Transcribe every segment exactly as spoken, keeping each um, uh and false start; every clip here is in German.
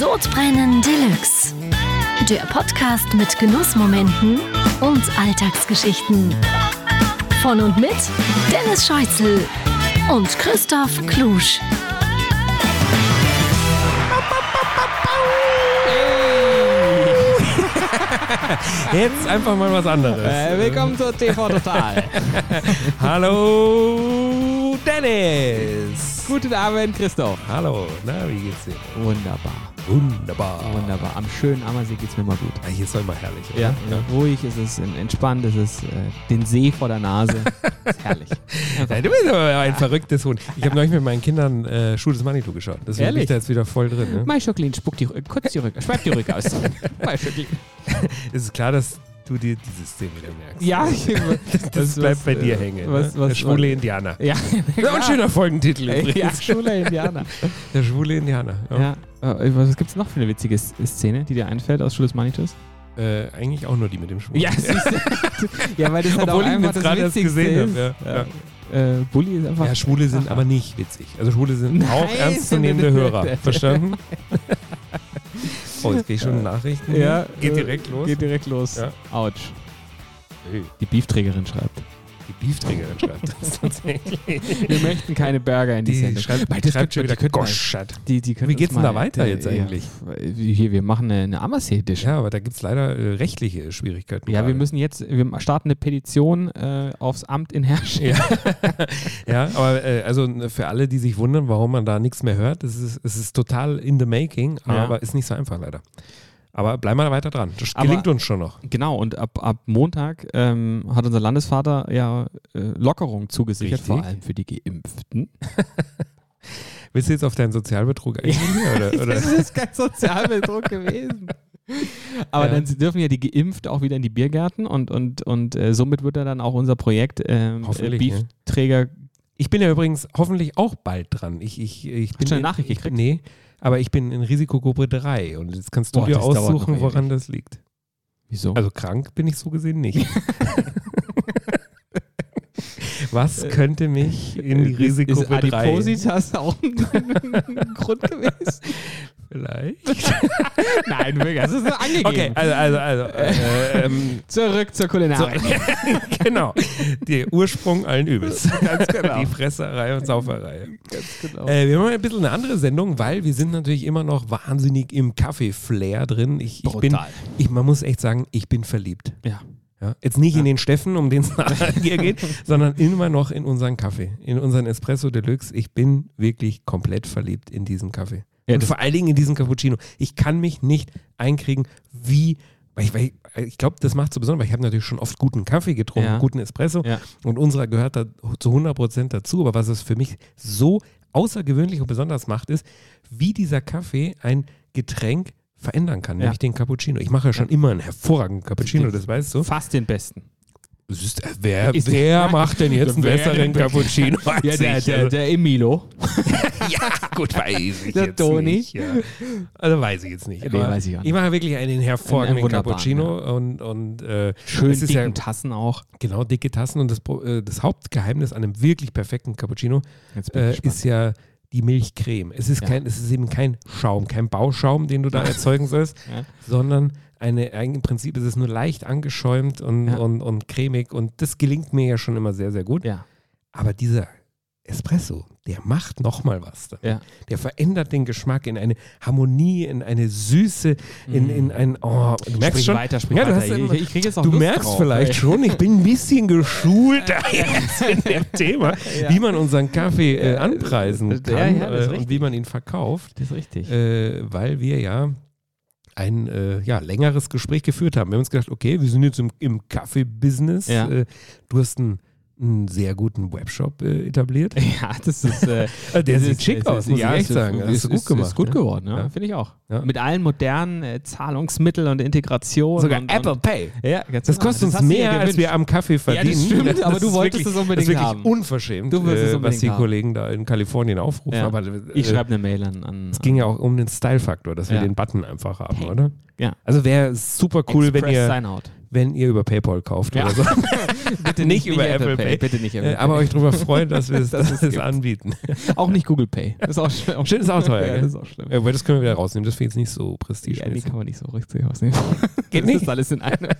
Sodbrennen Deluxe. Der Podcast mit Genussmomenten und Alltagsgeschichten. Von und mit Dennis Scheuzel und Christoph Klusch. Jetzt einfach mal was anderes. Äh, willkommen zur T V Total. Hallo Dennis. Guten Abend, Christoph. Hallo, na, wie geht's dir? Wunderbar. Wunderbar. Wunderbar. Am schönen Ammersee geht's mir mal gut. Ja, hier ist doch immer herrlich. Oder? Ja, ja. Ruhig, es ist entspannt, es ist äh, den See vor der Nase. Ist herrlich. Ja, du bist aber ein verrücktes Hund. Ich habe neulich mit meinen Kindern äh, Schuh des Manitou geschaut. Deswegen bin ich da jetzt wieder voll drin. Ne? Mein Schöcklin spuckt die Rück, kurz die Rück, schreibt die Rück aus. Mein Schöcklin. Es ist klar, dass du dir diese Szene wieder merkst. Ja, ich, das, das was, bleibt was, bei dir äh, hängen. was, Ne? was, Der schwule was, Indianer. Ja, ja, ein schöner Folgentitel übrigens. Ja, schwule Indianer. Der schwule Indianer. Ja. Ja. Äh, was gibt's noch für eine witzige Szene, die dir einfällt aus Schuh des Manitus? Äh, eigentlich auch nur die mit dem Schwulen. Ja, ja, weil das halt Obwohl auch ich ihn einfach jetzt das gerade erst Witzigste gesehen ist. habe. Ja. Ja. Äh, Bulli ist einfach... Ja, Schwule sind Aha. aber nicht witzig. Also Schwule sind Nein, auch ernstzunehmende Hörer. Verstanden? Oh, jetzt gehe ich schon in Nachrichten. Ja, Geht äh, direkt los. Geht direkt los. Ja. Autsch. Hey, Die Beefträgerin schreibt. die Beefträgerin schreibt das tatsächlich. Wir möchten keine Burger in die, Die Sendung. schreibt, Weil die das schreibt könnte- schon wieder die könnten mal- Goschat. Die, die können Wie geht's uns denn da mal- weiter äh, jetzt ja, eigentlich? Hier, wir machen eine, eine Ammersee-Edition. Ja, aber da gibt es leider äh, rechtliche Schwierigkeiten. Ja, gerade. wir müssen jetzt, wir starten eine Petition äh, aufs Amt in Herrsching. Ja, ja aber äh, also für alle, die sich wundern, warum man da nichts mehr hört, es ist, es ist total in the making, Ja. aber ist nicht so einfach leider. Aber bleiben wir da weiter dran. Das Aber- gelingt uns schon noch. Genau, und ab, ab Montag ähm, hat unser Landesvater ja äh, Lockerung zugesichert, Richtig. vor allem für die Geimpften. Willst du jetzt auf deinen Sozialbetrug eingehen? Oder, oder? Das ist kein Sozialbetrug gewesen. Aber Ja. dann dürfen ja die Geimpften auch wieder in die Biergärten und, und, und äh, somit wird ja dann auch unser Projekt ähm, äh, Hoffentlich, ja. Beefträger. Ich bin ja übrigens hoffentlich auch bald dran. Ich, ich, ich bin du eine in- Nachricht gekriegt? Nee, aber ich bin in Risikogruppe drei und jetzt kannst du Boah, dir das dauert aussuchen, noch woran ewig. das liegt. Wieso? Also krank bin ich so gesehen nicht. Was könnte mich in die Risikogruppe ist drei? Adipositas auch ein Grund gewesen? Vielleicht. Nein, wirklich, das ist so angegeben. Okay, also, also, also äh, ähm, Zurück zur so, Kulinarik. genau. Der Ursprung allen Übels. Ganz genau. Die Fresserei und Sauferei. Ganz genau. Äh, wir machen ein bisschen eine andere Sendung, weil wir sind natürlich immer noch wahnsinnig im Kaffee-Flair drin. Ich, ich bin, Brutal. ich, man muss echt sagen, ich bin verliebt. Ja. Ja, jetzt nicht Ja. in den Steffen, um den es hier geht, sondern immer noch in unseren Kaffee, in unseren Espresso Deluxe. Ich bin wirklich komplett verliebt in diesen Kaffee. Ja, und das- vor allen Dingen in diesen Cappuccino. Ich kann mich nicht einkriegen, wie, weil ich, weil ich, ich glaube, das macht so besonders, weil ich habe natürlich schon oft guten Kaffee getrunken, Ja. guten Espresso Ja. und unserer gehört da zu hundert Prozent dazu. Aber was es für mich so außergewöhnlich und besonders macht, ist, wie dieser Kaffee ein Getränk verändern kann, Ja. nämlich den Cappuccino. Ich mache ja schon immer einen hervorragenden Cappuccino, Den- das weißt du. Fast den besten. Das ist, äh, wer Ist- wer macht denn jetzt einen Wer besseren denn- Cappuccino als Ja, der, ich? der, Also, der Emilo. ja, gut, weiß ich Der jetzt Toni. nicht. Ja. Also weiß ich jetzt nicht. Nee, Aber weiß ich auch nicht. Ich mache wirklich einen hervorragenden Einen wunderbaren, Cappuccino und, und äh, Schön es ist dicken ja Tassen auch. genau dicke Tassen und das, Pro- äh, das Hauptgeheimnis an einem wirklich perfekten Cappuccino Jetzt bin ich äh, gespannt. ist ja die Milchcreme. Es ist, Ja. kein, es ist eben kein Schaum, kein Bauschaum, den du da erzeugen sollst, Ja. sondern eine, im Prinzip ist es nur leicht angeschäumt und, Ja. und, und cremig und das gelingt mir ja schon immer sehr, sehr gut. Ja. Aber dieser Espresso, der macht nochmal was. Da. Ja. Der verändert den Geschmack in eine Harmonie, in eine Süße, in, in ein, oh, du merkst Sprich schon, weiter, sprich ja, du weiter. hast Ich- immer- ich krieg jetzt auch du Lust merkst drauf, vielleicht ey. schon, ich bin ein bisschen geschult da jetzt in dem Thema, Ja. wie man unseren Kaffee äh, anpreisen Ja, kann ja, das ist äh, und richtig. wie man ihn verkauft, Das ist richtig. äh, weil wir ja ein äh, ja, längeres Gespräch geführt haben. Wir haben uns gedacht, okay, wir sind jetzt im, im Kaffee-Business. Ja. Äh, du hast einen, einen sehr guten Webshop äh, etabliert. Ja, das ist. Äh, Äh, der das sieht ist- schick es aus, ist- muss ja, ich echt es sagen. Ist, Hast ist, du gut ist, gemacht. Ist gut ja. geworden, ja, Ja. finde ich auch. Ja. Mit allen modernen äh, Zahlungsmitteln und Integration. Sogar und, Apple und, Pay. Ja, ganz Das genau. kostet uns hast du dir mehr, als gewünscht. wir am Kaffee Ja, verdienen. das stimmt, aber du ist wolltest wirklich, es unbedingt Das ist wirklich haben. unverschämt, Du willst es äh, was unbedingt die haben. Kollegen da in Kalifornien aufrufen. Ja. Aber äh, Ich schreibe eine Mail an. an es ging ja auch um den Style-Faktor, dass wir Ja. den Button einfach haben, Hey. oder? Ja. Also wäre super cool, wenn Express ihr, Sign Out. wenn ihr über PayPal kauft Ja. oder so. Bitte nicht über Apple Pay. Bitte nicht Apple Äh, Pay. aber euch darüber freuen, dass wir es, Dass dass es wir es gibt. anbieten. Auch nicht Google Pay. Das ist auch schlimm. Stimmt, ist auch teuer, Ja, gell? das ist auch schlimm. Ja, weil das können wir wieder rausnehmen. Das finde ich jetzt nicht so Ja, prestigemäßig. die kann man nicht so richtig ausnehmen. Geht das nicht? ist alles in einem.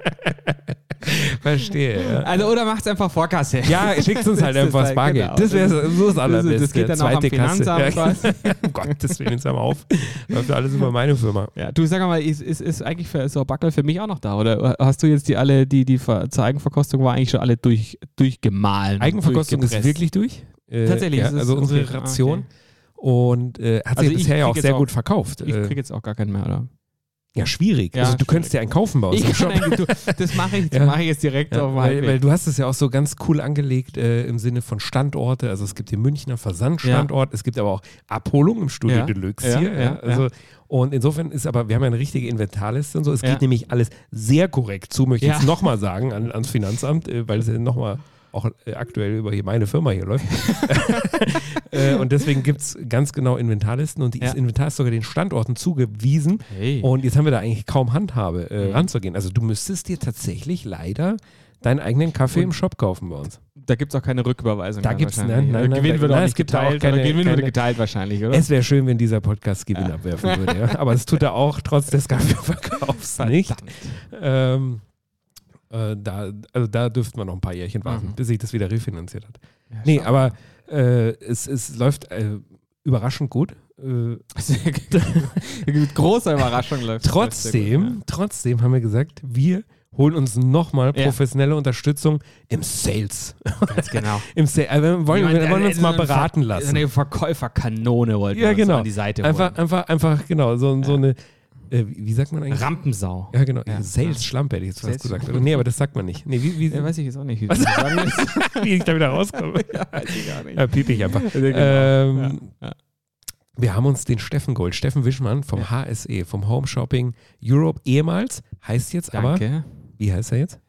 Verstehe, ja. Also, oder macht's einfach Vorkasse. Ja, schickt uns halt Das ist einfach das halt- Bargeld. genau. Das wäre so das Allerbeste. Das geht dann auch am Zweite Kasse. Finanzamt Ja. quasi. Um Gottes Willen, jetzt hör mal auf. Läuft alles über meine Firma. Ja, du sag mal, ist, ist, ist eigentlich für, so Backel für mich auch noch da? Oder hast du jetzt die alle, die, die ver- zur Eigenverkostung war, eigentlich schon alle durch, durchgemahlen? Eigenverkostung ist durchgepresst? wirklich durch. Äh, Tatsächlich, Ja, es ist- also unsere okay, Ration. okay. Und äh, hat Also sich ich bisher ja krieg auch jetzt sehr auch- gut verkauft. Ich Äh, krieg jetzt auch gar keinen mehr, oder? ja, schwierig. Ja, also du schwierig. könntest dir einen kaufen bei uns Ich im kann Shop. eigentlich, du, das mache ich, das Ja. mache ich jetzt direkt Ja, auf dem weil, Heimweg. weil du hast es ja auch so ganz cool angelegt äh, im Sinne von Standorte. Also es gibt den Münchner Versandstandort, es gibt aber auch Abholung im Studio Ja. Deluxe Ja, hier. ja, Ja, also, Und insofern ist aber, wir haben ja eine richtige Inventarliste und so. Es Ja. geht nämlich alles sehr korrekt zu, möchte ich Ja. jetzt nochmal sagen, an, ans Finanzamt, äh, weil es ja nochmal auch äh, aktuell über hier meine Firma hier läuft. äh, und deswegen gibt es ganz genau Inventarlisten und dieses Ja. Inventar ist sogar den Standorten zugewiesen. Hey. Und jetzt haben wir da eigentlich kaum Handhabe, äh, Mhm. ranzugehen. Also du müsstest dir tatsächlich leider deinen eigenen Kaffee Und- im Shop kaufen bei uns. Da gibt es auch keine Rücküberweisung. Da dann gibt's- wahrscheinlich. nein, nein, Oder nein, Gewinn da- wird nein, auch es nicht gibt da auch geteilt. keine- oder Gewinn keine- wird geteilt wahrscheinlich, oder? Es wäre schön, wenn dieser Podcast Gewinn abwerfen würde, ja. Aber das tut er auch trotz des Kaffeeverkaufs nicht. Ähm, äh, da, also da dürften wir noch ein paar Jährchen warten, Mhm. bis sich das wieder refinanziert hat. Ja, Nee, schau. aber äh, es, es läuft äh, überraschend gut. Äh, Mit großer Überraschung läuft es. trotzdem, trotzdem haben wir gesagt, wir holen uns nochmal Ja. professionelle Unterstützung im Sales. Ganz genau. Im Sa äh, wir wollen, Ich meine, wir wollen uns äh, mal so eine beraten Ver- lassen. Eine Verkäuferkanone wollten Ja, wir uns genau. an die Seite Einfach, holen. einfach, einfach, genau, so, so Ja. eine, äh, wie wie sagt man eigentlich? Rampensau. Ja, genau, Ja. Sales-Schlampe hätte ich jetzt fast Sales- gesagt. Oder, nee, aber das sagt man nicht. Nee, wie, wie, Ja, weiß ich jetzt auch nicht, wie Was? das sagen ist. wie ich da wieder rauskomme. Ja, weiß ich gar nicht. Ja, piep ich einfach. Ja, genau. Ähm, Ja, ja. Wir haben uns den Steffen geholt, Steffen Wischmann vom Ja. H S E, vom Home Shopping Europe ehemals, heißt jetzt aber, Danke. wie heißt er jetzt?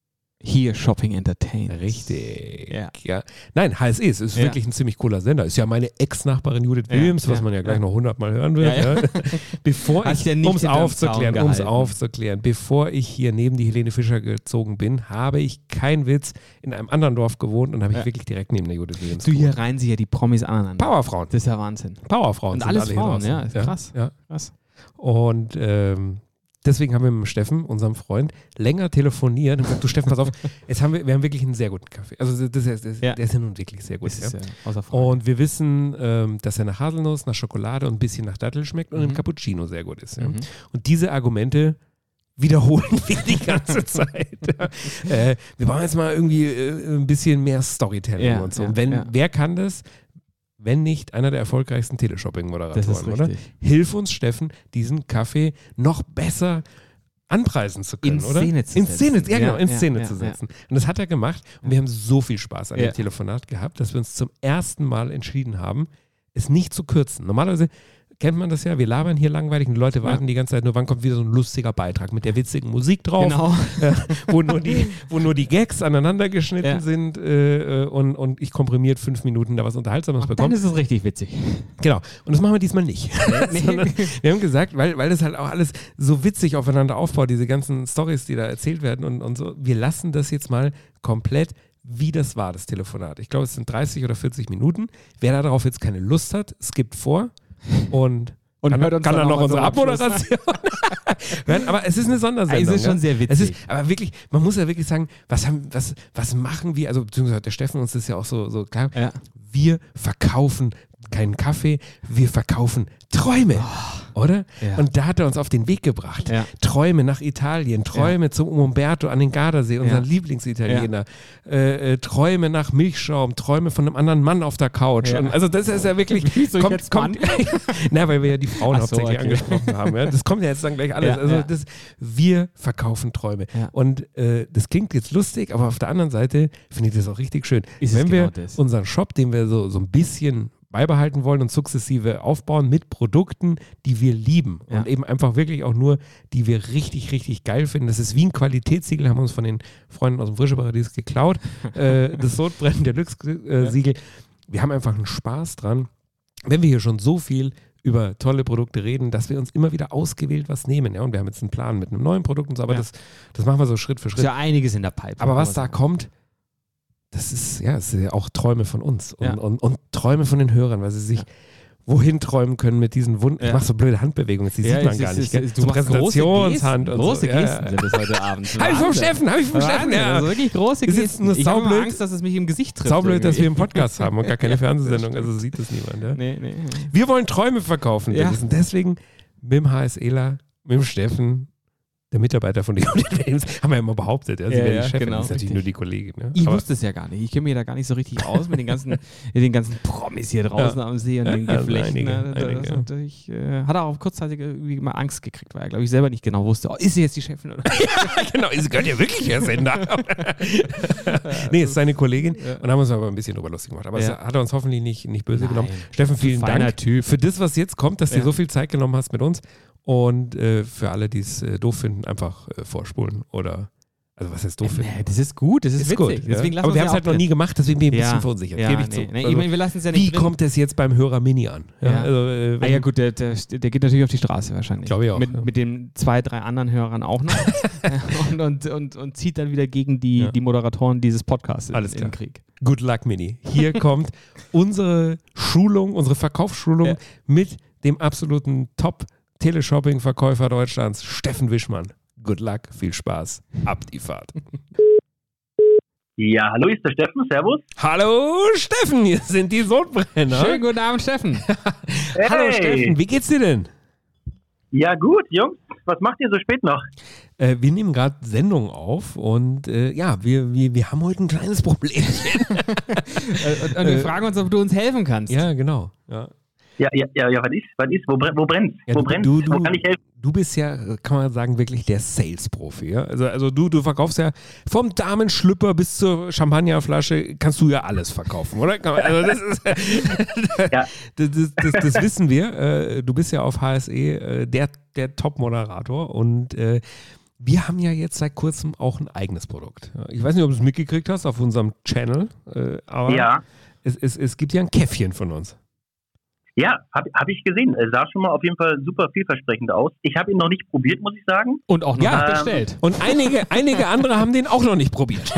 Hier Shopping Entertain. Richtig. Ja. Ja. Nein, H S E, es ist Ja. wirklich ein ziemlich cooler Sender. Ist ja meine Ex-Nachbarin Judith Ja, Williams, was ja, man ja gleich ja. noch hundertmal hören wird. Ja, ja. Ja. Bevor Hast ich, ja nicht um es hinterm aufzuklären, Zaun um es gehalten. aufzuklären, bevor ich hier neben die Helene Fischer gezogen bin, habe ich, kein Witz, in einem anderen Dorf gewohnt und habe ich Ja. wirklich direkt neben der Judith Williams Du, hier gewohnt. reihen sich ja die Promis aneinander. Powerfrauen. Das ist ja Wahnsinn. Powerfrauen. Und sind alles alle hier Frauen, draußen. ja, ist krass. Ja. Krass. Und ähm, deswegen haben wir mit dem Steffen, unserem Freund, länger telefoniert und gesagt, du Steffen, pass auf, jetzt haben wir, wir haben wirklich einen sehr guten Kaffee. Also das, das, das, Ja. der ist ja nun wirklich sehr gut. Das Ja. ist ja außer Frage. Und wir wissen, ähm, dass er nach Haselnuss, nach Schokolade und ein bisschen nach Dattel schmeckt und Mhm. im Cappuccino sehr gut ist. Ja. Mhm. Und diese Argumente wiederholen wir die ganze Zeit. Ja. Äh, wir brauchen jetzt mal irgendwie äh, ein bisschen mehr Storytelling Ja, und so. ja, Und wenn, ja. wer kann das, wenn nicht einer der erfolgreichsten Teleshopping-Moderatoren, Das ist oder? richtig. Hilf uns, Steffen, diesen Kaffee noch besser anpreisen zu können, In oder? Szene zu in setzen. Szene, ja, genau, Ja, in ja, Szene ja, zu ja. setzen. Und das hat er gemacht und wir haben so viel Spaß an Ja. dem Telefonat gehabt, dass wir uns zum ersten Mal entschieden haben, es nicht zu kürzen. Normalerweise kennt man das ja, wir labern hier langweilig und die Leute warten Ja. die ganze Zeit nur, wann kommt wieder so ein lustiger Beitrag mit der witzigen Musik drauf, Genau. äh, wo, nur die, wo nur die Gags aneinander geschnitten Ja. sind äh, äh, und, und ich komprimiert fünf Minuten da was Unterhaltsames Dann bekomme. ist es richtig witzig. Genau. Und das machen wir diesmal nicht. Nee. Sondern wir haben gesagt, weil, weil das halt auch alles so witzig aufeinander aufbaut, diese ganzen Storys, die da erzählt werden und, und so, wir lassen das jetzt mal komplett, wie das war, das Telefonat. Ich glaube, es sind dreißig oder vierzig Minuten. Wer darauf jetzt keine Lust hat, skippt vor und, Und kann, hört uns kann dann dann noch mal unsere zum Abschluss. Abmoderation hören. Aber es ist eine Sondersendung. Es ist schon ja? sehr witzig. Es ist, aber wirklich, man muss ja wirklich sagen, was, haben, was, was machen wir, also beziehungsweise hat der Steffen uns das ja auch so, so klar, Ja. wir verkaufen keinen Kaffee, wir verkaufen Träume, oder? Ja. Und da hat er uns auf den Weg gebracht. Ja. Träume nach Italien, Träume zum Umberto an den Gardasee, unseren Ja. Lieblingsitaliener, äh, äh, Träume nach Milchschaum, Träume von einem anderen Mann auf der Couch. Ja. Und also das ist ja wirklich, Wieso kommt, jetzt kommt, na, weil wir ja die Frauen Ach so, hauptsächlich okay. angesprochen haben. Ja? Das kommt ja jetzt dann gleich alles. Ja, also ja. das, wir verkaufen Träume. Ja. Und äh, das klingt jetzt lustig, aber auf der anderen Seite finde ich das auch richtig schön. Ist es Wenn wir genau das. unseren Shop, den wir so, so ein bisschen beibehalten wollen und sukzessive aufbauen mit Produkten, die wir lieben Ja. und eben einfach wirklich auch nur, die wir richtig, richtig geil finden. Das ist wie ein Qualitätssiegel, haben wir uns von den Freunden aus dem Frische Paradies geklaut. äh, das Sodbrennen Deluxe äh, Siegel. Wir haben einfach einen Spaß dran. Wenn wir hier schon so viel über tolle Produkte reden, dass wir uns immer wieder ausgewählt was nehmen. Ja? Und wir haben jetzt einen Plan mit einem neuen Produkt und so, aber ja. das, das machen wir so Schritt für Schritt. Ist ja einiges in der Pipe. Aber was da kommt, das ist ja, das ist ja auch Träume von uns und, Ja. und, und Träume von den Hörern, weil sie sich Ja. wohin träumen können mit diesen Wunden. Ja. Ich mache so blöde Handbewegungen, die Ja, sieht man es gar ist- nicht. es Gell? ist- du so machst große Präsentationshand Gesten. und Große so. Gesten Ja, ja. sind es heute Abend. Habe ich vom Wahnsinn. Steffen, habe ich vom Steffen, Wahnsinn, ja. also wirklich große Ist jetzt Gesten. nur Ich habe saublöd. immer Angst, dass es mich im Gesicht trifft. Saublöd, dass wir einen irgendwie. Podcast haben und gar keine Fernsehsendung, also sieht das niemand. Ja? Nee, nee. Wir wollen Träume verkaufen. Ja. Dennis. Und deswegen mit dem HSEler, mit dem Steffen, der Mitarbeiter von den Films, haben wir ja immer behauptet. Ja, sie Ja, wäre ja, die Chefin, genau, das ist natürlich richtig. nur die Kollegin. Ne? Ich Aber- wusste es ja gar nicht. Ich kenne mich da gar nicht so richtig aus mit den ganzen, mit den ganzen Promis hier draußen Ja. am See und den Ja, also Geflechten. einige, ne? Das einige, ist ja. natürlich, äh, hat er auch kurzzeitig irgendwie mal Angst gekriegt, weil er, glaube ich, selber nicht genau wusste, oh, ist sie jetzt die Chefin oder genau, sie gehört ja wirklich Herr Sender. nee, ist seine Kollegin Ja. und haben uns aber ein bisschen drüber lustig gemacht. Aber Ja. das hat er uns hoffentlich nicht, nicht böse Nein. genommen. Steffen, vielen Feiner Dank Typ. für das, was jetzt kommt, dass du Ja. dir so viel Zeit genommen hast mit uns. Und äh, für alle, die es äh, doof finden, einfach äh, vorspulen oder, also was heißt doof finden? Nee, das ist gut, das ist, Ist witzig. gut, Deswegen ja. lassen Aber wir haben es es halt noch nie gemacht, deswegen bin ich ein ja. bisschen verunsichert. Ja, Gebe ich nee, zu. nee, Also, ich meine, wir lassen es ja nicht wie drin. kommt es jetzt beim Hörer Mini an? Ja. Also, äh, Ah wenn- ja gut, der, der, der geht natürlich auf die Straße wahrscheinlich. Glaube ich auch, Mit, ja. mit den zwei, drei anderen Hörern auch noch. und, und, und, und zieht dann wieder gegen die, Ja. die Moderatoren dieses Podcasts in, Alles in klar. den Krieg. Good luck, Mini. Hier kommt unsere Schulung, unsere Verkaufsschulung Ja. mit dem absoluten Top-Teleshopping-Verkäufer Deutschlands, Steffen Wischmann. Good luck, viel Spaß, ab die Fahrt. Ja, hallo, ist der Steffen, servus. Hallo Steffen, hier sind die Sodbrenner. Schönen guten Abend, Steffen. Hallo Hey. Steffen, wie geht's dir denn? Ja gut, Jungs, was macht ihr so spät noch? Äh, wir nehmen gerade Sendung auf und äh, ja, wir, wir, wir haben heute ein kleines Problem. Äh, und, und wir Äh, fragen uns, ob du uns helfen kannst. ja, genau. Ja. Ja, ja, ja, ja, was ist, was ist, wo, brennt, wo brennt's? Ja, wo du- brennt's? du- du- Wo kann ich helfen? Du bist ja, kann man sagen, wirklich der Sales-Profi. Ja? Also, also du, du verkaufst ja vom Damenschlüpper bis zur Champagnerflasche, kannst du ja alles verkaufen, oder? Kann man, also das, ist, Ja. das, das, das, das wissen wir. Äh, Du bist ja auf H S E äh, der, der Top-Moderator und äh, wir haben ja jetzt seit kurzem auch ein eigenes Produkt. Ja, ich weiß nicht, ob du es mitgekriegt hast auf unserem Channel, äh, aber Ja, es, es, es gibt ja ein Käffchen von uns. ja, habe hab ich gesehen. Es sah schon mal auf jeden Fall super vielversprechend aus. Ich habe ihn noch nicht probiert, muss ich sagen. Und auch noch Ja. nicht bestellt. Und einige, einige andere haben den auch noch nicht probiert.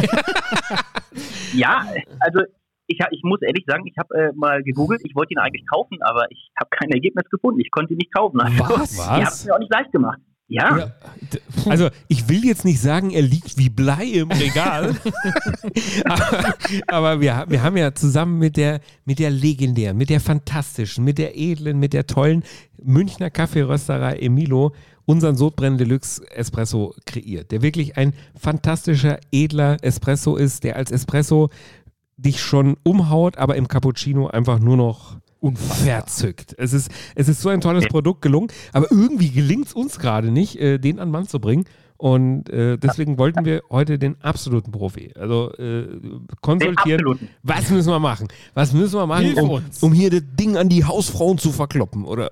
Ja, also ich, ha- ich muss ehrlich sagen, ich habe äh, mal gegoogelt. Ich wollte ihn eigentlich kaufen, aber ich habe kein Ergebnis gefunden. Ich konnte ihn nicht kaufen. Also, Was? Ihr habt es mir auch nicht leicht gemacht. Ja, Also ich will jetzt nicht sagen, er liegt wie Blei im Regal, aber, aber wir, wir haben ja zusammen mit der, mit der legendären, mit der fantastischen, mit der edlen, mit der tollen Münchner Kaffeerösterei Emilo unseren Sodbrennen Deluxe Espresso kreiert, der wirklich ein fantastischer, edler Espresso ist, der als Espresso dich schon umhaut, aber im Cappuccino einfach nur noch verzückt. Es ist, es ist so ein tolles Produkt gelungen, aber irgendwie gelingt es uns gerade nicht, äh, den an den Mann zu bringen. Und äh, deswegen wollten wir heute den absoluten Profi, also äh, konsultieren, absoluten. was müssen wir machen? Was müssen wir machen, Hilf um, uns. um hier das Ding an die Hausfrauen zu verkloppen? Oder,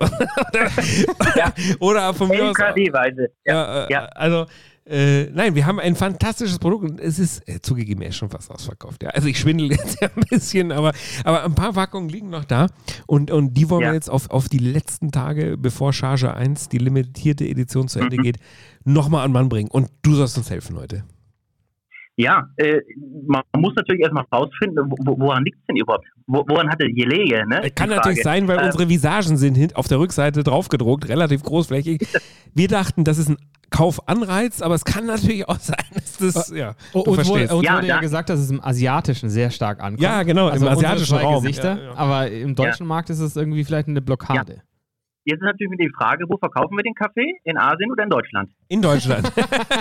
Ja. oder von mir aus. L K D-Weise. Ja. Ja, äh, Ja. also äh, nein, wir haben ein fantastisches Produkt und es ist äh, zugegeben, er ist schon fast ausverkauft. Ja. Also ich schwindel jetzt ja ein bisschen, aber, aber ein paar Packungen liegen noch da und, und die wollen Ja. wir jetzt auf, auf die letzten Tage, bevor Charge eins, die limitierte Edition zu Ende Mhm. geht, nochmal an Mann bringen. Und du sollst uns helfen heute. Ja, äh, man muss natürlich erstmal rausfinden, wo, wo- woran liegt es denn überhaupt? Wo, woran hat es gelegen? Ne? Kann Die natürlich Frage. sein, weil Ähm, unsere Visagen sind hin, auf der Rückseite draufgedruckt, relativ großflächig. Wir dachten, das ist ein Kaufanreiz, aber es kann natürlich auch sein, dass das, ja, Oh, du uns wurde, verstehst. uns Ja, wurde ja da- gesagt, dass es im Asiatischen sehr stark ankommt. Ja, genau, im also unsere asiatischen zwei Raum. Gesichter, Ja, ja. aber im deutschen Markt ist es irgendwie vielleicht eine Blockade. Jetzt ist natürlich die Frage, wo verkaufen wir den Kaffee? In Asien oder in Deutschland? In Deutschland.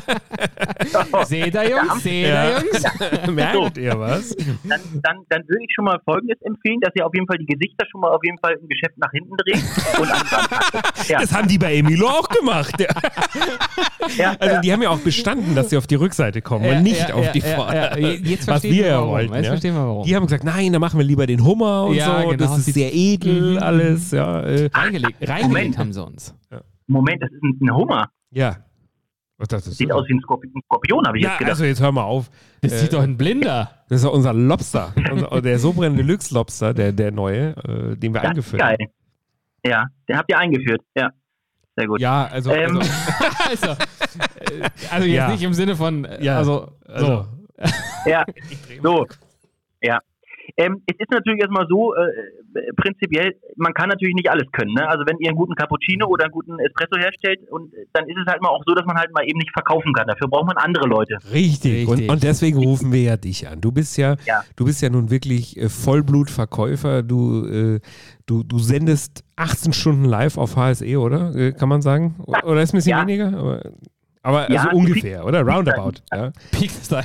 Seht ihr, Jungs? Seht ihr, Ja. Jungs? Merkt ihr was? Dann, dann, dann würde ich schon mal Folgendes empfehlen, dass ihr auf jeden Fall die Gesichter schon mal auf jeden Fall im Geschäft nach hinten dreht. Und an ja. Das haben die bei Emilo auch gemacht. Ja. Ja, Also die haben ja auch bestanden, dass sie auf die Rückseite kommen und nicht auf die Vorder'. Ja, ja. Jetzt Was verstehen wir ja warum. wollten. Jetzt Ja. verstehen wir warum. Die haben gesagt, nein, da machen wir lieber den Hummer und Ja, so. genau, Das ist sieht- sehr edel Mhm. alles. Ja, äh, Reingelegt, reingelegt haben sie uns. Moment, das ist ein, ein Hummer. ja. Was das ist Sieht aus wie ein Skorpion, ein Skorpion habe ich Ja, jetzt gedacht. also jetzt hör mal auf. Das Äh, sieht doch ein Blinder. Das ist ja unser Lobster. unser, der Sodbrennen Deluxe Lobster, der, der neue, äh, den wir Das ist eingeführt haben. geil. Ja, den habt ihr eingeführt. Ja, sehr gut. Ja, also, Ähm. also, also, äh, also jetzt Ja. nicht im Sinne von, äh, Ja. also, Also. so. Ja, so. Ja. Ähm, es ist natürlich erstmal so, äh, prinzipiell, man kann natürlich nicht alles können. Ne? Also wenn ihr einen guten Cappuccino oder einen guten Espresso herstellt, und dann ist es halt mal auch so, dass man halt mal eben nicht verkaufen kann. Dafür braucht man andere Leute. Richtig. Richtig. Und, und deswegen rufen wir ja dich an. Du bist ja, Ja. du bist ja nun wirklich äh, Vollblutverkäufer. Du, äh, du, du sendest achtzehn Stunden live auf H S E, oder? Äh, kann man sagen? O- Oder ist ein bisschen Ja. weniger? Aber, aber Ja, also ungefähr, oder? Roundabout. Ja. Peak-Style.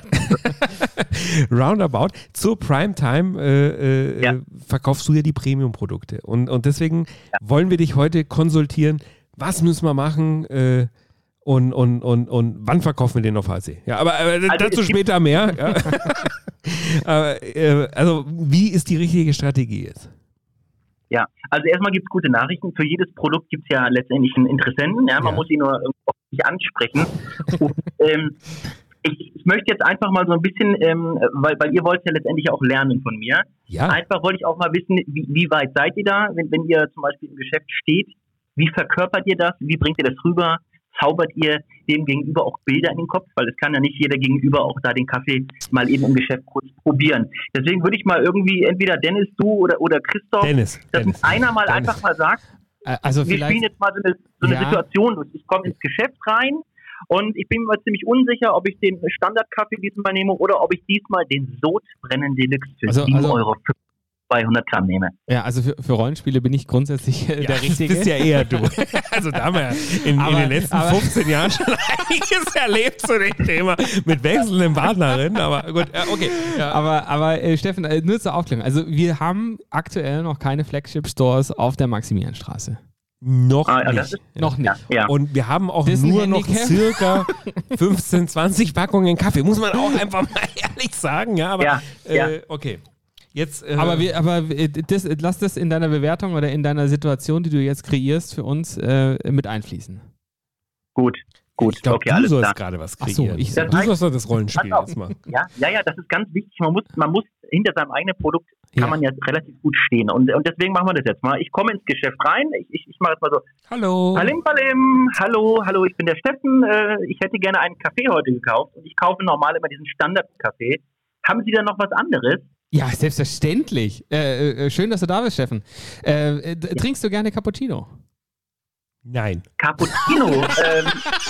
Roundabout. Zur Primetime äh, äh, Ja. äh, verkaufst du ja die Premium-Produkte. Und, und deswegen wollen wir dich heute konsultieren. Was müssen wir machen? Äh, und, und, und, und wann verkaufen wir den auf H S E? Ja, aber äh, Also dazu es gibt- später mehr. Ja. aber, äh, also, wie ist die richtige Strategie jetzt? Ja, also erstmal gibt es gute Nachrichten. Für jedes Produkt gibt es ja letztendlich einen Interessenten. Ja, man Ja. muss ihn nur irgendwie ansprechen. Und, ähm, ich, ich möchte jetzt einfach mal so ein bisschen, ähm, weil, weil ihr wollt ja letztendlich auch lernen von mir. Ja, Einfach wollte ich auch mal wissen, wie, wie weit seid ihr da, wenn, wenn ihr zum Beispiel im Geschäft steht? Wie verkörpert ihr das? Wie bringt ihr das rüber? Zaubert ihr dem Gegenüber auch Bilder in den Kopf? Weil es kann ja nicht jeder Gegenüber auch da den Kaffee mal eben im Geschäft kurz probieren. Deswegen würde ich mal irgendwie, entweder Dennis, du oder, oder Christoph, Dennis. dass Dennis. einer mal Dennis. einfach mal sagt, Äh, Also wir vielleicht, spielen jetzt mal so eine, so eine Ja. Situation durch. Ich komme ins Geschäft rein und ich bin mir ziemlich unsicher, ob ich den Standardkaffee diesmal nehme oder ob ich diesmal den Sodbrennen Deluxe für Also- sieben also- Euro für zweihundert Gramm nehme. ja, also für, für Rollenspiele bin ich grundsätzlich äh, Ja, der Richtige. Das bist ja eher du. Also da haben wir ja in, in Aber- den letzten aber- fünfzehn Jahren schon einiges erlebt zu dem Thema mit wechselnden Partnerinnen. Aber gut, ja, okay. Ja. Aber, aber äh, Steffen, äh, nur zur Aufklärung. Also wir haben aktuell noch keine Flagship-Stores auf der Maximilianstraße. Noch Ah, ja, nicht. das ist- Noch nicht. Ja, ja. Und wir haben auch Das ist ein nur noch Handicap. circa fünfzehn, zwanzig Packungen Kaffee. Muss man auch einfach mal ehrlich sagen. Ja, aber Ja, äh, ja. okay. Jetzt, äh, Aber, wir, aber äh, das, lass das in deiner Bewertung oder in deiner Situation, die du jetzt kreierst, für uns äh, mit einfließen. Gut, gut. ich glaube, okay, du alles sollst klar. gerade was Ach so, kreieren. ich- du Das heißt- sollst doch das Rollenspiel Pass auf. jetzt machen. Ja, ja, ja, das ist ganz wichtig. Man muss, man muss hinter seinem eigenen Produkt kann Ja. man ja relativ gut stehen. Und, und deswegen machen wir das jetzt mal. Ich komme ins Geschäft rein. Ich, ich, ich mache jetzt mal so. Hallo. Palim, palim. Hallo, hallo, ich bin der Steffen. Äh, ich hätte gerne einen Kaffee heute gekauft. Und ich kaufe normal immer diesen Standard-Kaffee. Haben Sie da noch was anderes? Ja, selbstverständlich. Äh, äh, schön, dass du da bist, Steffen. Äh, äh, trinkst du gerne Cappuccino? Nein. Cappuccino. ähm,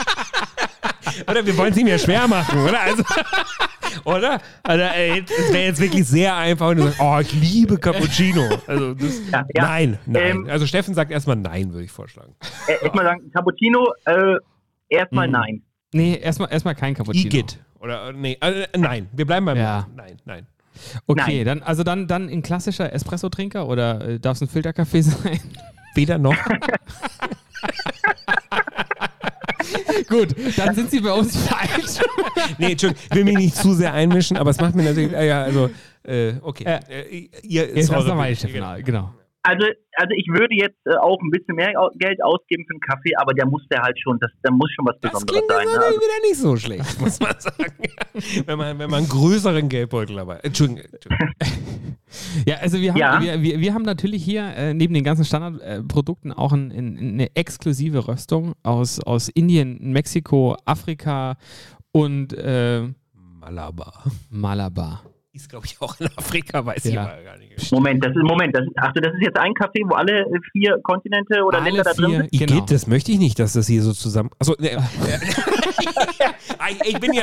Oder wir wollen es ihm ja schwer machen, oder? Also, oder? Also, ey, es wäre jetzt wirklich sehr einfach, wenn du sagst, oh, ich liebe Cappuccino. Also, das, Ja, ja. Nein, nein. Ähm, also Steffen sagt erstmal nein, würde ich vorschlagen. äh, erstmal sagen, Cappuccino, äh, erstmal Mhm. nein. Nee, erstmal erstmal kein Cappuccino. Igitt. Oder, äh, nee, äh, nein. Wir bleiben beim Ja. Nein, nein. Okay, Nein. dann also dann, dann ein klassischer Espresso-Trinker oder äh, darf es ein Filterkaffee sein? Weder noch. Gut, dann sind sie bei uns falsch. Nee, Entschuldigung, ich will mich nicht zu sehr einmischen, aber es macht mir natürlich, äh, ja, also, äh, okay. Äh, Äh, ihr Jetzt ist lass eure doch mal, Bild. Steffen, genau. Also, also ich würde jetzt äh, auch ein bisschen mehr au- Geld ausgeben für einen Kaffee, aber der muss der halt schon, das, der muss schon was Das Besonderes klingt sein. also Ne? Also, wieder nicht so schlecht, muss man sagen. wenn, man, wenn man einen größeren Geldbeutel dabei hat. Entschuldigung. Entschuldigung. Ja, also wir haben, Ja. wir, wir, wir haben natürlich hier äh, neben den ganzen Standardprodukten auch ein, ein, eine exklusive Röstung aus, aus Indien, Mexiko, Afrika und äh, Malabar. Malabar. Ist, glaube ich, auch in Afrika, weiß ich Ja. aber gar nicht. Moment, das ist Moment, das ist, ach, das ist jetzt ein Kaffee, wo alle äh, vier Kontinente oder Alle Länder da drin vier, sind? Igitt, genau. das möchte ich nicht, dass das hier so zusammen. Achso, ne, ich bin ja.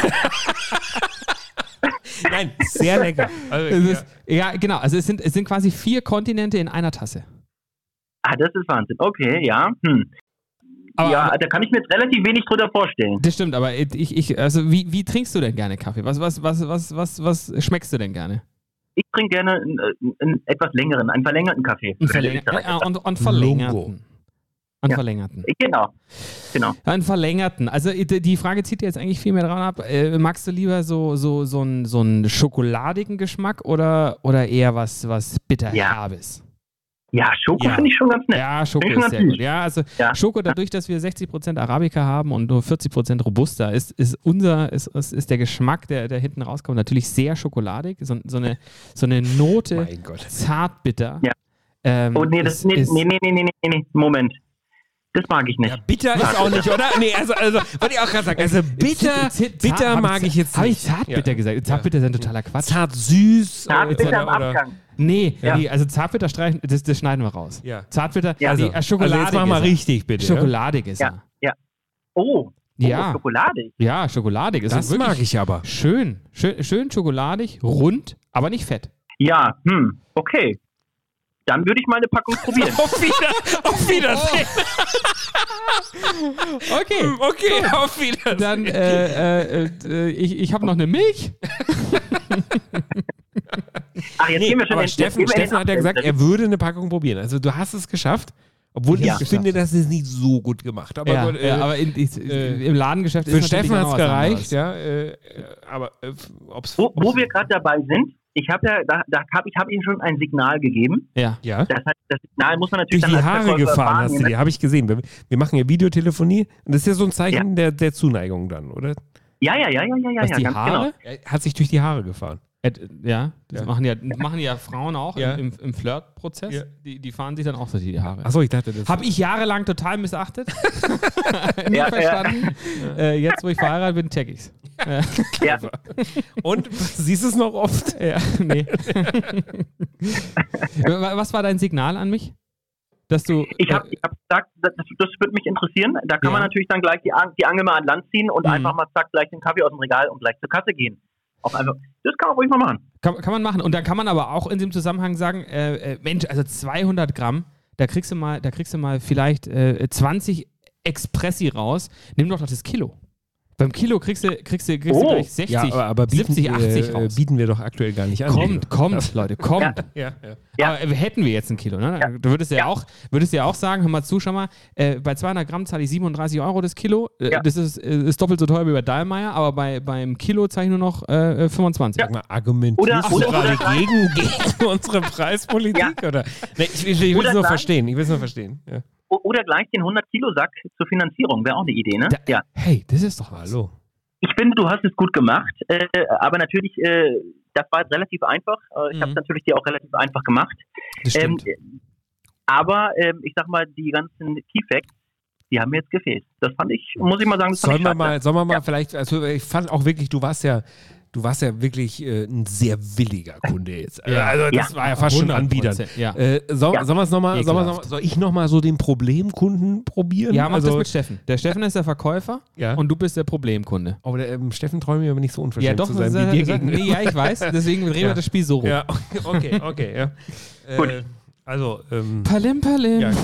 Nein, sehr lecker. Also, Es ja. ist, ja, genau. Also es sind, es sind quasi vier Kontinente in einer Tasse. Ah, das ist Wahnsinn. Okay, ja. Hm. Aber, ja, aber, da kann ich mir jetzt relativ wenig drunter vorstellen. das stimmt, aber ich, ich, also wie, wie trinkst du denn gerne Kaffee? Was, was, was, was, was, was schmeckst du denn gerne? Ich trinke gerne einen, äh, einen etwas längeren, einen verlängerten Kaffee. Einen verlänger ja, und, und verlängerten. Lungo. Einen Ja. verlängerten. Genau, genau. Einen verlängerten. Also äh, die Frage zieht jetzt eigentlich viel mehr dran ab. Äh, magst du lieber so, so, so, einen, so einen schokoladigen Geschmack oder, oder eher was, was bitterherbes? Ja, Schoko Ja. finde ich schon ganz nett. Ja, Schoko Finde ich ist schon sehr ganz gut. Ja, also Ja. Schoko, dadurch, dass wir sechzig Prozent Arabica haben und nur vierzig Prozent Robusta, ist, ist unser, ist, ist, ist der Geschmack, der, der hinten rauskommt, natürlich sehr schokoladig. So, so, eine, so eine Note Mein Gott. zartbitter. Ja. Ähm, Oh, nee, das ist, nee, ist, nee, nee, nee, nee, nee, nee, Moment. Das mag ich nicht. Ja, bitter ist auch nicht, oder? Nee, also, also wollte ich auch gerade sagen. Also bitter, Zart- bitter hab mag ich jetzt Habe ich nicht. Zartbitter Ja. gesagt? Zartbitter sind totaler Quatsch. Zart süß. Zartbitter oder- am oder- Abgang. Nee, Ja. nee, also Zartbitter streichen, das, das schneiden wir raus. Ja. Zartbitter, Ja. also, Also, äh, schokoladig also jetzt mach mal ist er. richtig, bitte. ja? Schokoladig ist Ja. er. Ja. Oh, Ja. oh Schokolade. Ja, schokoladig ist Das er wirklich mag ich aber. schön. schön. Schön schokoladig, rund, aber nicht fett. Ja, hm, okay. Dann würde ich mal eine Packung probieren. Auf, wieder, auf Wiedersehen. Okay, Okay, auf Wiedersehen. dann äh, äh, äh, ich, ich habe noch eine Milch. Ach, jetzt Nee, gehen wir schon aber in- Steffen, jetzt gehen wir Steffen in- hat ja gesagt, er würde eine Packung probieren. Also du hast es geschafft, obwohl Ja. ich finde, das ist nicht so gut gemacht. Aber, ja, gut, äh, ja, aber in, ich, äh, im Ladengeschäft für ist natürlich Steffen auch hat es noch was gereicht, anderes. ja. Äh, äh, aber äh, ob's, Wo, wo ob's- wir gerade dabei sind, ich habe ja, da, da habe ich hab Ihnen schon ein Signal gegeben. Ja. ja. Das heißt, das Signal muss man Durch natürlich die dann als Haare Verkäufer gefahren hast du wahrnehmen. die, habe ich gesehen. Wir, wir machen ja Videotelefonie und das ist ja so ein Zeichen der, der Zuneigung dann, oder? Ja, ja, ja, ja, ja, ja, Was, ja, die ganz Haare? genau. Er hat sich durch die Haare gefahren. Äh, Ja, das Ja. Machen, ja, machen ja Frauen auch Ja. im, im Flirtprozess. Ja. Die, die fahren sich dann auch so die Haare. Achso, ich dachte, das Habe ich jahrelang total missachtet. Nie Ja, ja. verstanden. Äh, jetzt, wo ich verheiratet bin, check ich's. Ja. Und siehst du es noch oft? Ja, nee. Was war dein Signal an mich? Dass du. Ich habe ich hab gesagt, das, das würde mich interessieren. Da kann Ja. man natürlich dann gleich die, An- die Angel mal an Land ziehen und Mhm. einfach mal zack, gleich den Kaffee aus dem Regal und gleich zur Kasse gehen. Auch einfach, das kann man ruhig mal machen. Kann, kann man machen. Und dann kann man aber auch in dem Zusammenhang sagen, äh, äh, Mensch, also zweihundert Gramm, da kriegst du mal, da kriegst du mal vielleicht äh, zwanzig Expressi raus. Nimm doch das Kilo. Beim Kilo kriegst du, kriegst du, kriegst du Oh. gleich sechzig, Ja, aber, aber bieten, siebzig, achtzig äh, raus. bieten wir doch aktuell gar nicht an. Kommt, kommt, Leute, kommt. Ja, ja. Ja. Aber äh, hätten wir jetzt ein Kilo, ne? Ja. Du würdest ja, Ja. auch, würdest ja auch sagen, hör mal zu, schau mal, äh, bei zweihundert Gramm zahle ich siebenunddreißig Euro das Kilo. Äh, Ja. Das ist, äh, ist doppelt so teuer wie bei Dahlmeier, aber bei, beim Kilo zahle ich nur noch äh, fünfundzwanzig. Sag mal, argumentierst Oder- du oder- gerade oder- gegen, gegen unsere Preispolitik? Oder? Nee, ich ich, ich will es Oder nur sagen- verstehen. Ich will es nur verstehen. Ja. O- Oder gleich den hundert-Kilo-Sack zur Finanzierung, wäre auch eine Idee, ne? Da- Ja. Hey, das ist doch was. Hallo. Ich finde, du hast es gut gemacht, äh, aber natürlich, äh, das war jetzt relativ einfach. Äh, ich Mhm. habe es natürlich dir auch relativ einfach gemacht. Das Ähm, stimmt. aber ähm, ich sag mal, die ganzen Key Facts, die haben mir jetzt gefehlt. Das fand ich, muss ich mal sagen, das fand Sollen ich wir schade. mal, sollen wir mal Ja. vielleicht, also ich fand auch wirklich, du warst ja, du warst ja wirklich äh, ein sehr williger Kunde jetzt. Ja. Also das Ja. war ja fast schon hundert anbiedern. Prozent, ja. Äh, soll, Ja. sollen wir es noch mal, sollen wir noch Ekelhaft. mal, soll ich nochmal so den Problemkunden probieren? Ja, mach also, das mit Steffen. Der Steffen ist der Verkäufer Ja. und du bist der Problemkunde. Aber der ähm, Steffen träumt mir aber nicht so unverschämt Ja, doch, zu sein das- wie dir das- gegenüber. nee, ja, ich weiß, deswegen drehen Ja. wir das Spiel so rum. Ja, okay, okay, ja. Gut. Äh, also, ähm, Palim, palim. ja.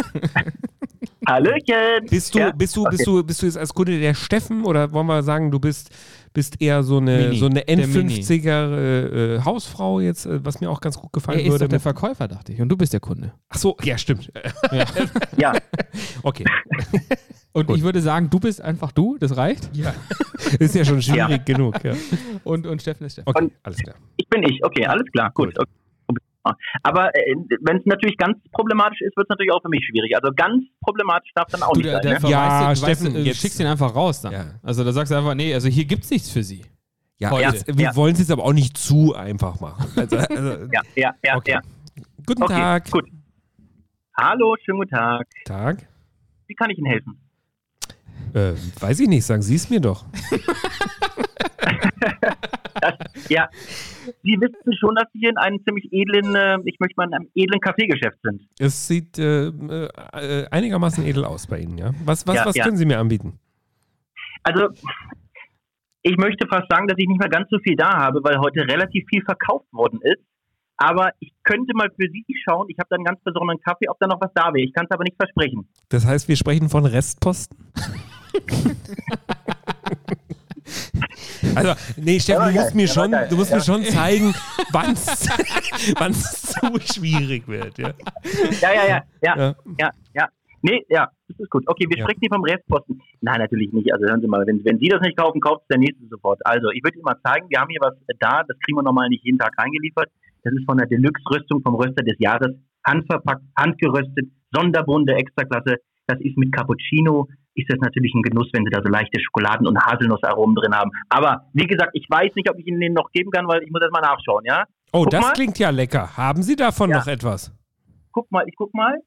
Hallöchen! Bist du, Ja? bist du, Okay. bist du, bist du jetzt als Kunde der Steffen oder wollen wir sagen, du bist, bist eher so eine, Mini, so eine der Mini. N fünfziger äh, äh, Hausfrau jetzt, äh, was mir auch ganz gut gefallen Er ist würde. doch der mit- Verkäufer, dachte ich. Und du bist der Kunde. Ach so, ja, stimmt. Ja, Okay. Und Gut. ich würde sagen, du bist einfach du, das reicht. Ja. Ist ja schon schwierig genug. Ja. Und, und Steffen ist Steffen. Okay, Und- alles klar. ich bin ich. Okay, alles klar. Gut. Okay. Aber äh, wenn es natürlich ganz problematisch ist, wird es natürlich auch für mich schwierig. Also ganz problematisch darf dann auch Du, nicht der, sein. der Ne? Ja, verweist, du, Steffen, weißt, du, jetzt- schickst ihn einfach raus dann. Ja. Also da sagst du einfach, nee, also hier gibt's nichts für sie. Ja, Heute. jetzt, wir Ja. wollen es jetzt aber auch nicht zu einfach machen. Also, also, Ja, ja, ja, okay. ja. Guten Okay, Tag. gut. Hallo, schönen guten Tag. Tag. Wie kann ich Ihnen helfen? Äh, weiß ich nicht, sagen Sie es mir doch. Das, ja, Sie wissen schon, dass Sie hier in einem ziemlich edlen, äh, ich möchte mal in einem edlen Kaffeegeschäft sind. Es sieht äh, äh, einigermaßen edel aus bei Ihnen, ja? Was, was, Ja, was ja. können Sie mir anbieten? Also, ich möchte fast sagen, dass ich nicht mehr ganz so viel da habe, weil heute relativ viel verkauft worden ist. Aber ich könnte mal für Sie schauen, ich habe da einen ganz besonderen Kaffee, ob da noch was da wäre. Ich kann es aber nicht versprechen. Das heißt, wir sprechen von Restposten? Also, nee, Steffen, Ja, du geil. musst mir Ja, schon, geil. du musst Ja. mir schon zeigen, wann es zu schwierig wird. Ja. Ja, ja, ja, ja, Ja. ja, ja. Nee, ja, das ist gut. Okay, wir Ja. sprechen hier vom Restposten. Nein, natürlich nicht. Also hören Sie mal, wenn, wenn Sie das nicht kaufen, kauft es der Nächste sofort. Also, ich würde Ihnen mal zeigen, wir haben hier was da, das kriegen wir normal nicht jeden Tag reingeliefert. Das ist von der Deluxe-Rüstung vom Röster des Jahres. Handverpackt, handgeröstet, Sonderbunde, Extraklasse. Das ist mit Cappuccino. Ist das natürlich ein Genuss, wenn Sie da so leichte Schokoladen- und Haselnussaromen drin haben. Aber wie gesagt, ich weiß nicht, ob ich Ihnen den noch geben kann, weil ich muss erst mal nachschauen, ja? Oh, Guck das mal. klingt ja lecker. Haben Sie davon Ja. noch etwas? guck mal, ich guck mal.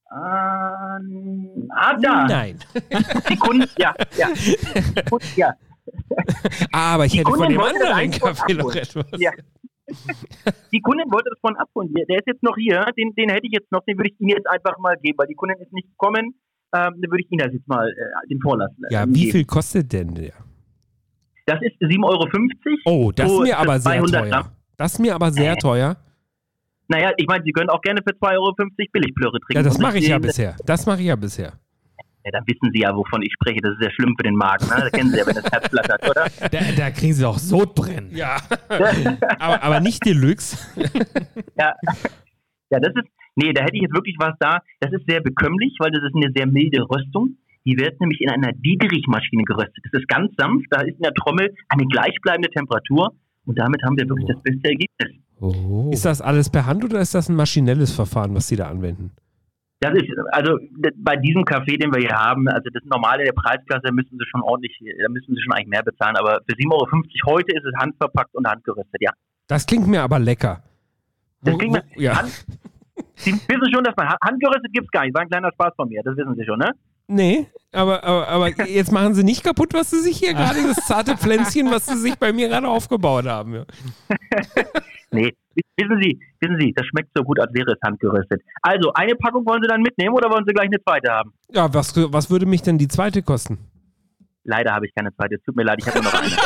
Ähm, ah, da. Nein. Die Kunden, ja, ja. Die Kunden, ja. Aber ich Die hätte von Kundin dem wollte das anderen eigentlich von Kaffee noch abholen. etwas. Ja. Die Kundin wollte das von abholen. Der der ist jetzt noch hier, den, den hätte ich jetzt noch, den würde ich Ihnen jetzt einfach mal geben, weil die Kundin ist nicht gekommen. Ähm, dann würde ich Ihnen das jetzt mal äh, den vorlassen. Ja, äh, wie geben. viel kostet denn der? Das ist sieben Euro fünfzig. Oh, das ist So mir aber für sehr zweihundert teuer. Gramm. Das ist mir aber sehr Äh. teuer. Naja, ich meine, Sie können auch gerne für zwei Euro fünfzig Billigplöre trinken. Ja, das Und mache ich ja den- bisher. Das mache ich ja bisher. Ja, dann wissen Sie ja, wovon ich spreche. Das ist sehr schlimm für den Magen. Ne? Das kennen Sie ja, wenn das Herz flattert, oder? Da, da kriegen sie auch Sodbrennen. Ja. aber, aber nicht Deluxe. Ja. Ja, das ist, nee, da hätte ich jetzt wirklich was da. Das ist sehr bekömmlich, weil das ist eine sehr milde Röstung. Die wird nämlich in einer Dietrich-Maschine geröstet. Das ist ganz sanft, da ist in der Trommel eine gleichbleibende Temperatur und damit haben wir wirklich das beste Ergebnis. Oh. Ist das alles per Hand oder ist das ein maschinelles Verfahren, was Sie da anwenden? Das ist, also d- bei diesem Kaffee, den wir hier haben, also das normale der Preisklasse, müssen Sie schon ordentlich, da müssen Sie schon eigentlich mehr bezahlen, aber für sieben Euro fünfzig heute ist es handverpackt und handgeröstet, ja. Das klingt mir aber lecker. Das Wo- klingt mir, wo- ja. Hand, Sie wissen schon, dass man ha- handgeröstet gibt es gar nicht, war ein kleiner Spaß von mir, das wissen Sie schon, ne? Nee, aber, aber, aber jetzt machen Sie nicht kaputt, was Sie sich hier gerade, das zarte Pflänzchen, was Sie sich bei mir gerade aufgebaut haben. Ja. Nee, wissen Sie, wissen Sie, das schmeckt so gut, als wäre es handgeröstet. Also, eine Packung wollen Sie dann mitnehmen oder wollen Sie gleich eine zweite haben? Ja, was, was würde mich denn die zweite kosten? Leider habe ich keine zweite, es tut mir leid, ich habe nur noch eine.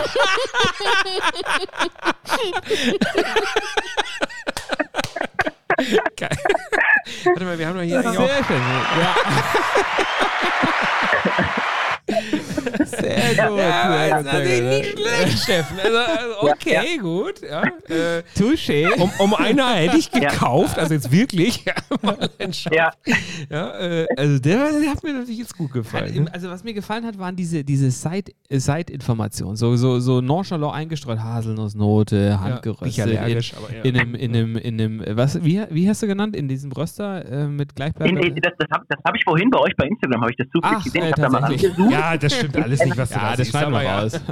Geil. Warte mal, wir haben doch hier eigentlich auch... Sehr schön. Ja. Sehr gut. Ja, sehr gut, das ist sehr nicht gut. schlecht, Steffen. Also, also okay, gut. Ja, äh, Touché. um, um einer hätte ich Ja. gekauft, also jetzt wirklich. Ja, mal ein Schau. Ja, Ja, äh, also der, der hat mir natürlich jetzt gut gefallen. Ne? Also was mir gefallen hat, waren diese, diese Side- äh, Side-Informationen. So, so, so nonchalant eingestreut, Haselnussnote, Nicht handgeröstet. allergisch, in, aber ja. in einem, in einem, in einem, äh, was, wie, wie hast du genannt? In diesem Röster äh, mit in, gleichbleibender... in, das, das habe das hab ich vorhin bei euch bei Instagram, habe ich das zufällig Ach, gesehen. äh, Ich habe da mal tatsächlich. angesucht. Ja, das stimmt alles nicht, was du ja, da das siehst, schneiden wir aber ja. raus.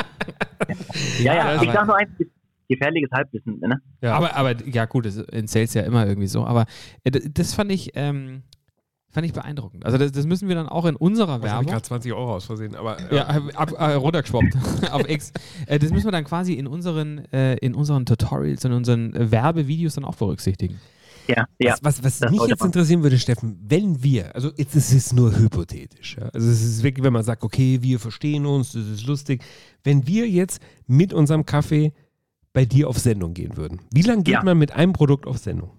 Ja, ja, aber- ich sage nur eins, gefährliches Halbwissen, ne? Ja. Aber, aber ja gut, das ist in Sales ja immer irgendwie so. Aber äh, das, das fand ich, ähm, fand ich beeindruckend. Also das, das müssen wir dann auch in unserer Ich habe Werbung... gerade zwanzig Euro aus Versehen, aber Ja, ab, äh, runtergeschwappt auf X. Äh, das müssen wir dann quasi in unseren, äh, in unseren Tutorials und unseren äh, Werbevideos dann auch berücksichtigen. Ja, ja. Was, was, was Das mich sollte jetzt man. interessieren würde, Steffen, wenn wir, also jetzt ist es nur hypothetisch, ja? Also es ist wirklich, wenn man sagt, okay, wir verstehen uns, das ist lustig, wenn wir jetzt mit unserem Kaffee bei dir auf Sendung gehen würden, wie lange geht Ja. man mit einem Produkt auf Sendung?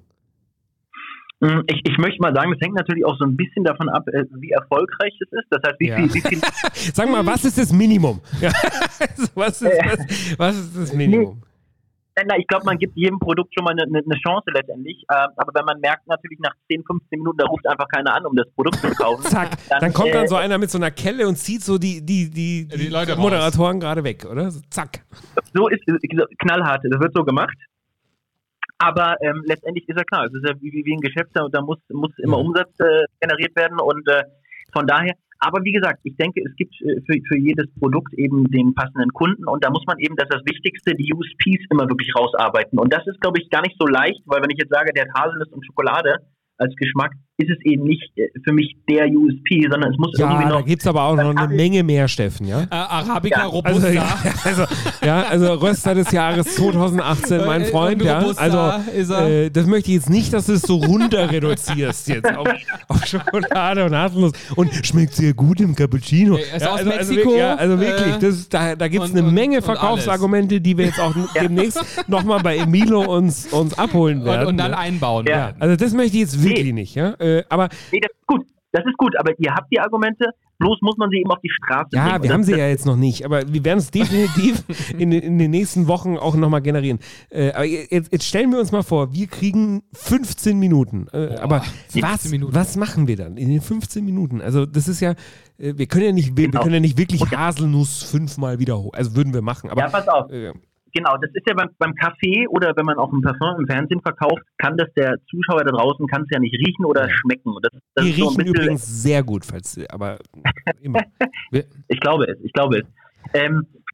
Mm, Ich, ich möchte mal sagen, das hängt natürlich auch so ein bisschen davon ab, äh, wie erfolgreich es ist. Das heißt, wie Ja. viel, wie viel Sag mal, was ist das Minimum? Ja. Also, was, ist das, was ist das Minimum? Na, ich glaube, man gibt jedem Produkt schon mal eine, eine Chance letztendlich. Äh, aber wenn man merkt, natürlich nach zehn, fünfzehn Minuten, da ruft einfach keiner an, um das Produkt zu kaufen. Zack, dann kommt dann äh, so einer mit so einer Kelle und zieht so die, die, die, die, Die Leute raus. Moderatoren gerade weg, oder? So, zack. So ist es knallhart, das wird so gemacht. Aber ähm, letztendlich ist ja klar, es ist ja wie, wie ein Geschäft, da da muss, muss immer Ja. Umsatz äh, generiert werden und äh, von daher, aber wie gesagt, ich denke, es gibt äh, für, für jedes Produkt eben den passenden Kunden und da muss man eben das, das Wichtigste, die U S Ps immer wirklich rausarbeiten und das ist, glaube ich, gar nicht so leicht, weil wenn ich jetzt sage, der hat Haselnuss und Schokolade als Geschmack, ist es eben nicht äh, für mich der U S P, sondern es muss irgendwie Ja, da noch... gibt es aber auch noch eine Menge mehr, Steffen, ja? Äh, Arabica Ja, Robusta. Also, ja, also, ja, also Röster des Jahres zwanzig achtzehn, mein Äh, Freund, und ja. Robusta Also, ist er. äh, das möchte ich jetzt nicht, dass du es so runter reduzierst jetzt auf, auf Schokolade und Haselnuss und schmeckt sehr gut im Cappuccino. Er ist aus also, Mexiko, Also, ja, also wirklich, äh, das, da, da gibt es und- eine und- Menge und Verkaufsargumente, die wir jetzt auch demnächst nochmal bei Emilo uns, uns abholen werden. und, und dann ja. einbauen. Ja. Also das möchte ich jetzt wirklich Nee. nicht, ja. Äh, aber Nee, das ist gut, das ist gut, aber ihr habt die Argumente, bloß muss man sie eben auf die Straße bringen. ja, Und wir das- haben sie das- ja jetzt noch nicht, aber wir werden es definitiv in, den- in den nächsten Wochen auch nochmal generieren. Äh, aber jetzt, jetzt stellen wir uns mal vor, wir kriegen fünfzehn Minuten. Äh, aber fünfzehn was, Minuten. was machen wir dann in den fünfzehn Minuten? Also das ist ja, äh, wir können ja nicht, wir, wir Genau. können ja nicht wirklich Haselnuss fünfmal wiederholen. Also würden wir machen. Aber Ja, pass auf. äh, Genau, das ist ja beim, beim Kaffee oder wenn man auch ein Parfum im Fernsehen verkauft, kann das der Zuschauer da draußen kann es ja nicht riechen oder Ja. schmecken. Und das, das die ist so ein riechen bisschen, übrigens sehr gut, falls, aber immer. Ich glaube es, ich glaube es. Ähm,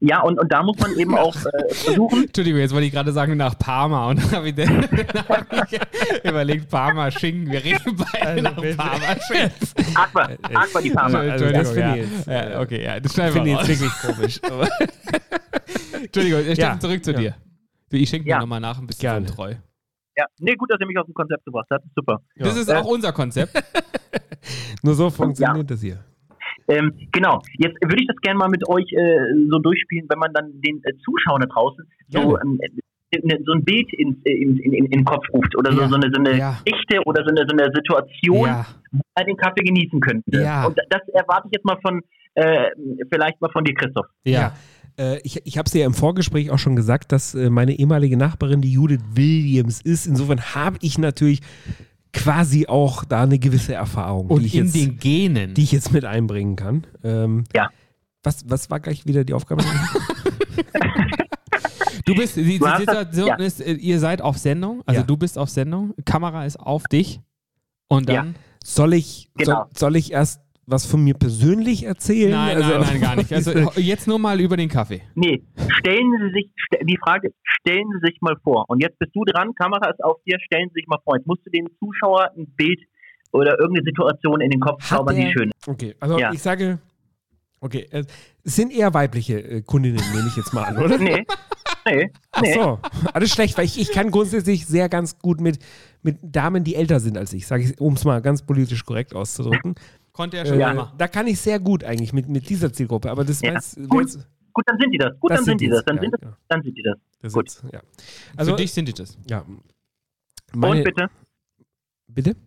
Ja, und, und da muss man eben auch äh, versuchen. Entschuldigung, jetzt wollte ich gerade sagen nach Parma und dann habe ich, dann hab ich überlegt, Parma Schinken, wir reden beide nach Parma Schinken. Aqua, Aqua die Parma. Also das finde ich jetzt, ja, okay, ja, das schneiden finde wir ich raus. jetzt wirklich komisch. Entschuldigung, Steffen, Ja. zurück zu Ja. dir. Du, ich schenke Ja. mir nochmal nach ein bisschen Gerne. treu. Ja, nee, gut, dass ihr mich aus dem Konzept gebracht habt. Super. Das ist Äh, auch unser Konzept. Nur so funktioniert das hier. Ähm, genau, jetzt würde ich das gerne mal mit euch äh, so durchspielen, wenn man dann den äh, Zuschauern da draußen so, Gerne. ähm, äh, so ein Bild in, in, in, in den Kopf ruft oder so, Ja. so eine, so eine Ja. echte oder so eine, so eine Situation, Ja. wo man den Kaffee genießen könnte. Ja. Und das erwarte ich jetzt mal von, äh, vielleicht mal von dir, Christoph. Ja. Äh, ich ich habe es ja im Vorgespräch auch schon gesagt, dass äh, meine ehemalige Nachbarin die Judith Williams ist. Insofern habe ich natürlich quasi auch da eine gewisse Erfahrung, Und die, ich in jetzt, den Genen. die ich jetzt mit einbringen kann. Ähm, Ja. Was, was war gleich wieder die Aufgabe? Du bist, die, die Du hast Situation das- ja. ist, äh, ihr seid auf Sendung, also Ja. du bist auf Sendung, Kamera ist auf dich und Ja. dann... Soll ich, Genau. soll, soll ich erst was von mir persönlich erzählen? Nein, Also- nein, nein, gar nicht. Also jetzt nur mal über den Kaffee. Nee, stellen Sie sich, st- die Frage, stellen Sie sich mal vor. Und jetzt bist du dran, Kamera ist auf dir, stellen Sie sich mal vor. Jetzt musst du dem Zuschauer ein Bild oder irgendeine Situation in den Kopf Hat zaubern, die der- schön ist. Okay, also Ja. ich sage, okay, äh, es sind eher weibliche äh, Kundinnen, nehme ich jetzt mal an, oder? Nee, nee, Ach nee. so, alles schlecht, weil ich, ich kann grundsätzlich sehr ganz gut mit, mit Damen, die älter sind als ich, sage ich, um es mal ganz politisch korrekt auszudrücken. Konnte er schon Äh, immer. da kann ich sehr gut eigentlich mit, mit dieser Zielgruppe, aber das Ja. weiß, Gut. weiß Gut, dann sind die das. Gut, Das dann sind sind die die das. es, Dann ja, sind, das, genau. dann sind die das. das Gut. ist, ja. Also, Für dich sind die das. ja. Meine, Und bitte? Bitte?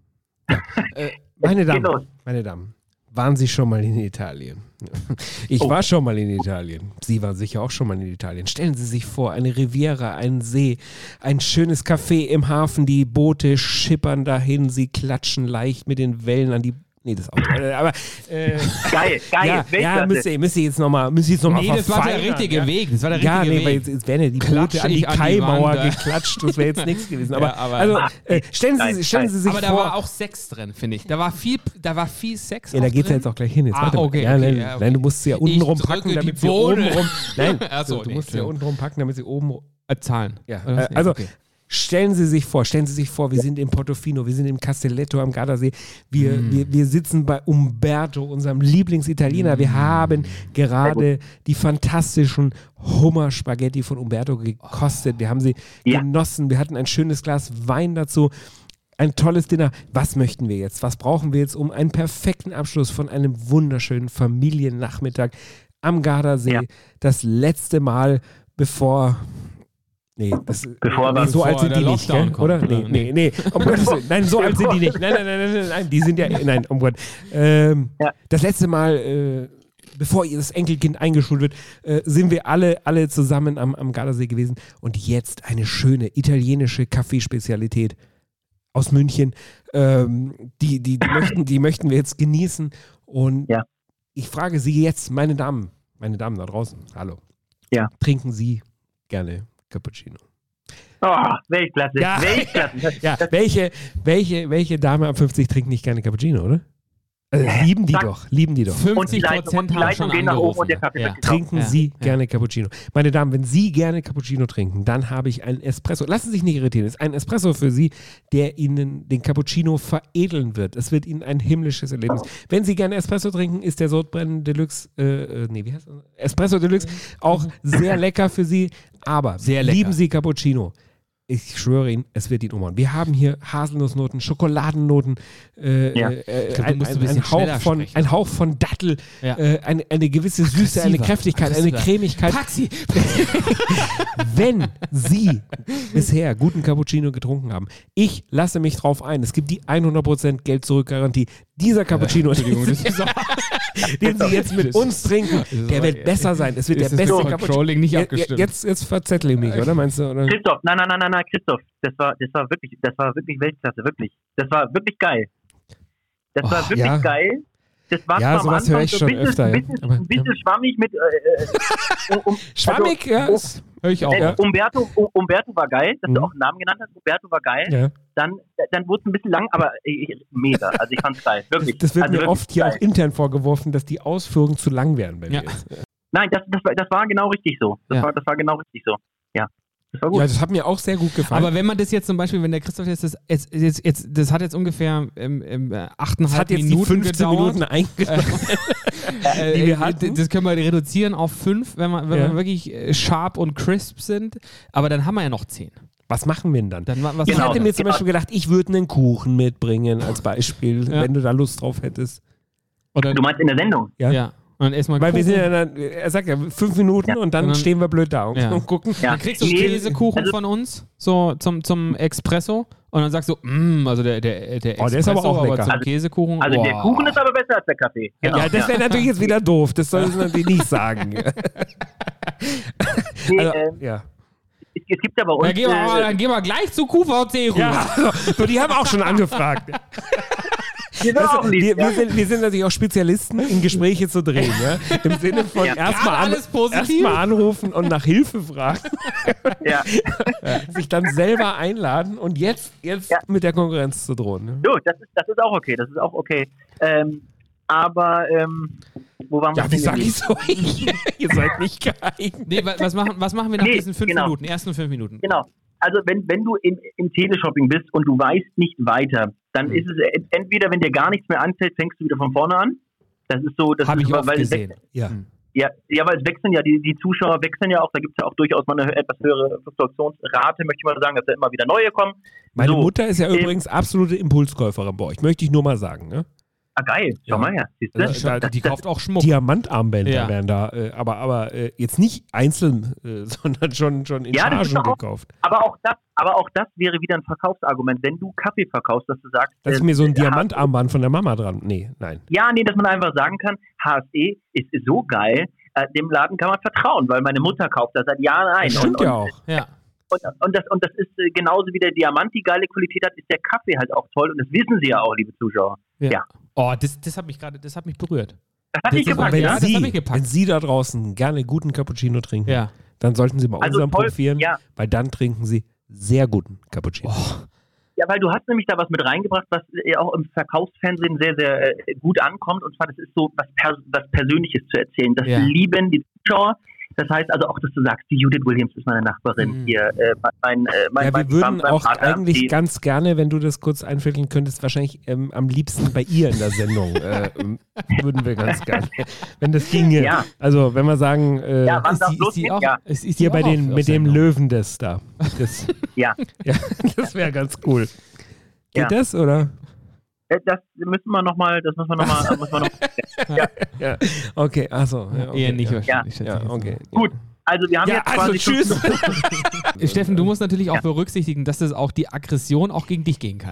Ja. Äh, meine Geht Damen, los. meine Damen, waren Sie schon mal in Italien? Ich Oh. war schon mal in Italien. Sie waren sicher auch schon mal in Italien. Stellen Sie sich vor, eine Riviera, ein See, ein schönes Café im Hafen, die Boote schippern dahin, sie klatschen leicht mit den Wellen an die... Nee, das Auto. äh, Aber äh, Geil, geil. ja, ja, Weltklasse. müsst ihr, müsst ihr jetzt nochmal noch mal Nee, das war der verfeinern, richtige ja? Weg. Das war der richtige Ja, nee, Weg. weil jetzt, jetzt wären ja die Klatsch Boote an die ich an die Kaimauer Wand, äh. geklatscht. Das wäre jetzt nichts gewesen. Aber, Ja, aber- also, äh, stellen, Sie, Geil, stellen geil. Sie sich Aber da vor... war auch Sex drin, finde ich. Da war viel, da war viel Sex Ja, da auch geht's ja drin. jetzt auch gleich hin. Jetzt Ah, warte mal. okay, ja, okay, nein, ja, okay. nein, du musst sie ja unten Ich rum drücke packen, die damit sie Bohne. oben rum. Nein, Ach so, du, du nee, musst sie ja Entschuldigung. unten rum packen, damit sie oben. Äh, Zahlen. Ja, Oder? äh, also Okay. stellen Sie sich vor, stellen Sie sich vor, wir sind in Portofino, wir sind im Castelletto am Gardasee, wir, Mm. wir, wir sitzen bei Umberto, unserem Lieblingsitaliener. Wir Mm. haben gerade die fantastischen Hummer-Spaghetti von Umberto gekostet. Wir haben sie Ja. genossen. Wir hatten ein schönes Glas Wein dazu. Ein tolles Dinner. Was möchten wir jetzt? Was brauchen wir jetzt, um einen perfekten Abschluss von einem wunderschönen Familiennachmittag am Gardasee? Ja. Das letzte Mal, bevor... Nee, das, Bevor nee, was- so alt bevor sind der die nicht, Lockdown gell? kommt, Oder? oder? Nee, nee, nee. Um Gottes Willen. Nein, so alt sind die nicht. Nein, nein, nein, nein, nein, nein. Die sind ja, nein, um Gott. Ähm, Ja. Das letzte Mal, äh, bevor ihr das Enkelkind eingeschult wird, äh, sind wir alle, alle zusammen am, am Gardasee gewesen. Und jetzt eine schöne italienische Kaffeespezialität aus München. Ähm, die, die, die, möchten, die möchten wir jetzt genießen. Und Ja. ich frage Sie jetzt, meine Damen, meine Damen da draußen, hallo. Ja. Trinken Sie gerne Cappuccino? Oh, Weltklasse. Ja. Weltklasse. Ja, welche, welche, welche Dame ab fünfzig trinkt nicht gerne Cappuccino, oder? Also, lieben die Zack. doch, lieben die doch. Und die fünfzig Leitung, und Prozent die haben schon Leitung gehen nach oben angerufen. und der Kaffee ja. wird gekauft. Trinken Ja, Sie ja. gerne Cappuccino. Meine Damen, wenn Sie gerne Cappuccino trinken, dann habe ich einen Espresso. Lassen Sie sich nicht irritieren. Es ist ein Espresso für Sie, der Ihnen den Cappuccino veredeln wird. Es wird Ihnen ein himmlisches Erlebnis. Wenn Sie gerne Espresso trinken, ist der Sodbrennen Deluxe, äh, äh, nee, wie heißt das? Espresso Deluxe auch sehr lecker für Sie. Aber Sehr lecker. lieben Sie Cappuccino. Ich schwöre Ihnen, es wird Ihnen umhauen. Wir haben hier Haselnussnoten, Schokoladennoten, äh, Ja. äh, Ich glaub, du ein, musst ein ein, bisschen ein, Hauch schneller von, sprechen. ein Hauch von Dattel, Ja. äh, eine, eine gewisse Süße, eine Aggressiver. Kräftigkeit, eine Aggressiver. Cremigkeit. Taxi! Wenn Sie bisher guten Cappuccino getrunken haben, ich lasse mich drauf ein. Es gibt die hundert Prozent Geld-Zurück-Garantie. Dieser Cappuccino, Entschuldigung, den, das ist Sie- den Sie jetzt mit uns trinken, der wird besser sein. Es wird der Ist das beste mit Cappuccino. Controlling nicht Je- abgestimmt? Jetzt, jetzt verzettel ich mich, oder meinst du? Oder? Christoph, nein, nein, nein, nein, nein, Christoph, das war, das war wirklich, das war wirklich Weltklasse, wirklich. Das war wirklich geil. Das war Och, wirklich ja. geil. Das war Ja, zwar am sowas Anfang höre ich so schon ein bisschen, öfter, ja. ein bisschen, Aber- ein bisschen schwammig mit. Äh, äh, um, Schwammig, ja. also, ist- Hör ich auch. äh, ja. Umberto, um, Umberto war geil, dass Mhm. du auch einen Namen genannt hast. Umberto war geil. ja. Dann, dann wurde es ein bisschen lang, aber äh, mega. Also ich fand's geil, Das, wirklich. das wird also mir wirklich oft hier geil. auch intern vorgeworfen, dass die Ausführungen zu lang wären bei mir. Ja. jetzt. Nein, das, das, war, das war genau richtig so. Das, Ja. war, das war genau richtig so. Ja, das war gut. Ja, das hat mir auch sehr gut gefallen. Aber wenn man das jetzt zum Beispiel, wenn der Christoph jetzt das, jetzt, jetzt, jetzt, das hat jetzt ungefähr ähm, ähm, das achteinhalb hat jetzt Minuten die fünfzehn gedauert. Minuten eingenommen. Äh, die wir äh, hatten. das können wir reduzieren auf fünf, wenn, man, wenn Ja. wir wirklich äh, sharp und crisp sind. Aber dann haben wir ja noch zehn. Was machen wir denn dann? Dann, wa- was Ich Genau. hätte mir zum Genau. Beispiel gedacht, ich würde einen Kuchen mitbringen als Beispiel, Ja. wenn du da Lust drauf hättest. Oder, Du meinst in der Sendung? Ja. ja. Und dann erstmal Weil wir Kuchen. sind ja dann, er sagt ja, fünf Minuten Ja. und dann Und dann- stehen wir blöd da und, Ja. und gucken. Ja. Dann kriegst du Nee, Käsekuchen also- von uns, so zum, zum Espresso. Und dann sagst du, mm, also der, der, der Oh, der ist aber auch lecker. zum Also- Käsekuchen. Also der boah. Kuchen ist aber besser als der Kaffee. Genau. Ja, das wäre natürlich jetzt wieder doof. Das soll ich natürlich nicht sagen. Nee, Also, ähm, ja. es, es gibt ja bei uns... Dann gehen, wir, äh, dann gehen wir gleich zu Q V C rüber. Ja, so, die haben auch schon angefragt. wir sind auch lieb, Wir, ja. wir, sind, wir sind natürlich auch Spezialisten, in Gespräche zu drehen. Ja? Im Sinne von Ja. erstmal Gerade an, alles positiv. erst mal anrufen und nach Hilfe fragen, Ja. sich dann selber einladen und jetzt, jetzt Ja. mit der Konkurrenz zu drohen. Ne? So, das ist, das ist auch okay, das ist auch okay. Ähm, aber, ähm, wo waren wir Ja, wie denn sag gewesen? ich so? Ihr seid nicht geeignet. Nee, wa- was machen, was machen wir nach Nee, diesen fünf genau. Minuten, ersten fünf Minuten? Genau. Also wenn, wenn du in, im Teleshopping bist und du weißt nicht weiter, dann Mhm. ist es ent- entweder, wenn dir gar nichts mehr anfällt, fängst du wieder von vorne an. Das ist so, das Habe ist ich aber, oft weil es gesehen. wechselt- Ja. Ja, ja, weil es wechseln ja, die, die Zuschauer wechseln ja auch, da gibt es ja auch durchaus mal eine etwas höhere Fluktuationsrate, möchte ich mal sagen, dass da immer wieder neue kommen. Meine So, Mutter ist ja ähm, übrigens absolute Impulskäuferin bei euch. Möchte ich nur mal sagen. Ne? Ah, geil, schau Ja. mal her, siehst du? Also, da- Das- Die das- kauft auch Schmuck. Diamantarmbänder Ja. werden da, äh, aber, aber äh, jetzt nicht einzeln, äh, sondern schon, schon in Ja, das ist Chargen doch auch- gekauft. Aber auch das, aber auch das wäre wieder ein Verkaufsargument, wenn du Kaffee verkaufst, dass du sagst, Da ist äh, mir so ein äh, Diamantarmband von der Mama dran. Nee, nein. Ja, nee, dass man einfach sagen kann, H S E ist so geil, äh, dem Laden kann man vertrauen, weil meine Mutter kauft das seit Jahren ein. Das stimmt und, ja und, auch. Ja. Und, und, das, und das ist äh, genauso wie der Diamant die geile Qualität hat, ist der Kaffee halt auch toll und das wissen sie ja auch, liebe Zuschauer. Ja. Oh, das, das hat mich gerade, das hat mich berührt. Das hat Das mich ist gepackt, aber- wenn, ja, ja? das Sie, hat mich gepackt. wenn Sie da draußen gerne guten Cappuccino trinken, Ja. dann sollten Sie bei Also unserem voll- probieren, ja. weil dann trinken Sie sehr guten Cappuccino. Ja, weil du hast nämlich da was mit reingebracht, was äh, auch im Verkaufsfernsehen sehr, sehr äh, gut ankommt. Und zwar, das ist so was, Pers was Persönliches zu erzählen. Das Ja. lieben die Zuschauer. Das heißt also auch, dass du sagst, die Judith Williams ist meine Nachbarin Mhm. hier. Äh, mein, äh, mein, Ja, mein, wir würden mein auch Vater, eigentlich die, ganz gerne, wenn du das kurz einvierteln könntest, wahrscheinlich ähm, am liebsten bei ihr in der Sendung. äh, ähm, würden wir ganz gerne. Wenn das ginge. Ja. Also, wenn wir sagen, äh, Ja, wann Ist das die, ist die losgeht, auch, ja. ist, ist die hier auch bei, auf- den, auf mit dem Sendung? Löwen des da. Das, Ja, ja, das wäre ganz cool. Geht Ja. das, oder? äh, das müssen wir nochmal, das müssen wir nochmal, müssen wir noch. Ja. Okay, achso. Ja, okay, Eher nicht ja. wahrscheinlich. schätze Ja, ich jetzt okay. Gut, also wir haben Ja, jetzt also quasi tschüss. mal. Steffen, du musst natürlich auch berücksichtigen, dass das auch die Aggression auch gegen dich gehen kann.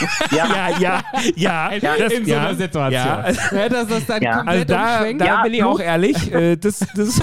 Ja, Ja, ja, ja. Das, in so ja, einer Situation. Ja, also, Ja, dass das dann Ja. komplett also da, umschwenkt. da Ja, bin ich auch ehrlich. Äh, das, das,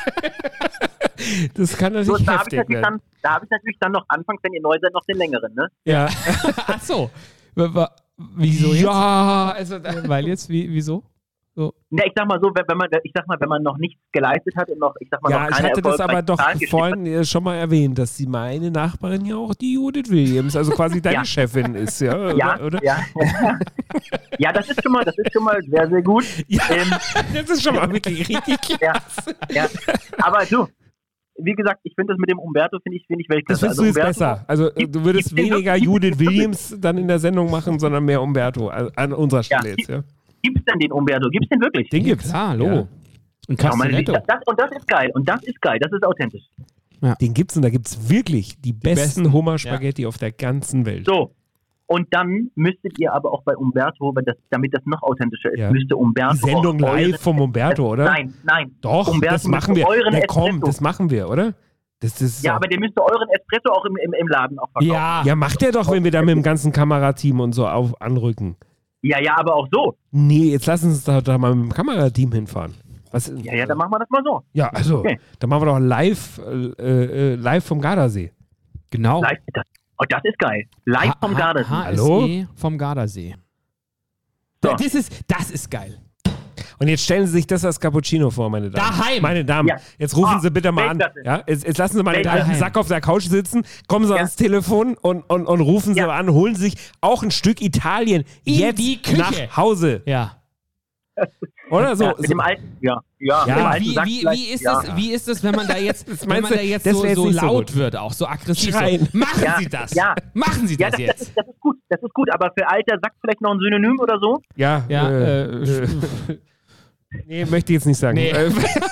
das kann so, natürlich da habe ich, heftig natürlich werden. dann- da hab ich natürlich dann noch anfangs, wenn ihr neu seid, noch den längeren, ne? Ja, Ach so. W- w- Wieso jetzt? ja, also da, Weil jetzt, wie, wieso? Ja, ich sag mal so, wenn, wenn man, ich sag mal, wenn man noch nichts geleistet hat und noch, ich sag mal, ja, noch ich keine hatte das aber erfolgreichen doch Zahlen geschickt hat. vorhin äh, schon mal erwähnt, dass sie meine Nachbarin ja auch die Judith Williams, also quasi deine Ja. Chefin ist, ja, Ja, oder? ja. ja, das ist schon mal, das ist schon mal sehr, sehr gut. Ja, Ähm, das ist schon mal wirklich richtig klasse. ja, ja. Aber du, wie gesagt, ich finde das mit dem Umberto, finde ich, finde ich Das Weltklasse. findest du jetzt Umberto- besser. Also äh, du würdest Gibt's den weniger wirklich? Judith Williams dann in der Sendung machen, sondern mehr Umberto an, an unserer Stelle Ja. jetzt, ja. Gibt's denn den Umberto? Gibt's den wirklich? Den gibt's. Klar, hallo. Ja. Ein Schau mal, Castelletto. das, und das ist geil. Und das ist geil. Das ist authentisch. Den gibt's und da gibt's wirklich die besten, besten. Hummer-Spaghetti auf der ganzen Welt. So. Und dann müsstet ihr aber auch bei Umberto, weil das, damit das noch authentischer ist, Ja. müsste Umberto Die Sendung auch euren- live vom Umberto, oder? Nein, nein. Doch, Umberto das machen müsste wir. euren Na komm, Espresso. das machen wir, oder? Das, das ist Ja, auch, aber der müsste euren Espresso auch im, im, im Laden auch verkaufen. Ja. ja, macht er doch, wenn wir da mit dem ganzen Kamerateam und so auf, anrücken. Ja, ja, aber auch so. Nee, jetzt lass uns da, da mal mit dem Kamerateam hinfahren. Was, Ja, ja, dann machen wir das mal so. ja, also, Okay. dann machen wir doch live, äh, äh, live vom Gardasee. Genau. Live, das, oh, das ist geil. Live H- vom H- Gardasee. H S E vom Gardasee. So. Das ist, das ist geil. Und jetzt stellen Sie sich das als Cappuccino vor, meine Damen. Daheim. Meine Damen, Ja. jetzt rufen Ah, Sie bitte mal an. Weltklasse. Ja? Jetzt, jetzt lassen Sie mal den Weltklasse. alten Sack auf der Couch sitzen, kommen Sie Ja. ans Telefon und, und, und rufen Sie Ja. an, holen sich auch ein Stück Italien In jetzt die Küche. nach Hause. Ja. Oder so. Ja, mit dem alten, ja. Ja, Ja. mit dem alten Wie, Sack wie, vielleicht, wie, ist ja. das, wie ist das, wenn man da jetzt, wenn meinst man du, da jetzt das so, wär jetzt so nicht so laut gut. wird, auch so aggressiv? Schreien. So, machen Ja, Sie das! ja. Machen Sie Ja, das das, jetzt! das, ist, das ist gut, das ist gut, aber für alter Sack vielleicht noch ein Synonym oder so? Ja, Ja, äh, äh, äh, nee, möchte ich jetzt nicht sagen. Nee. Äh,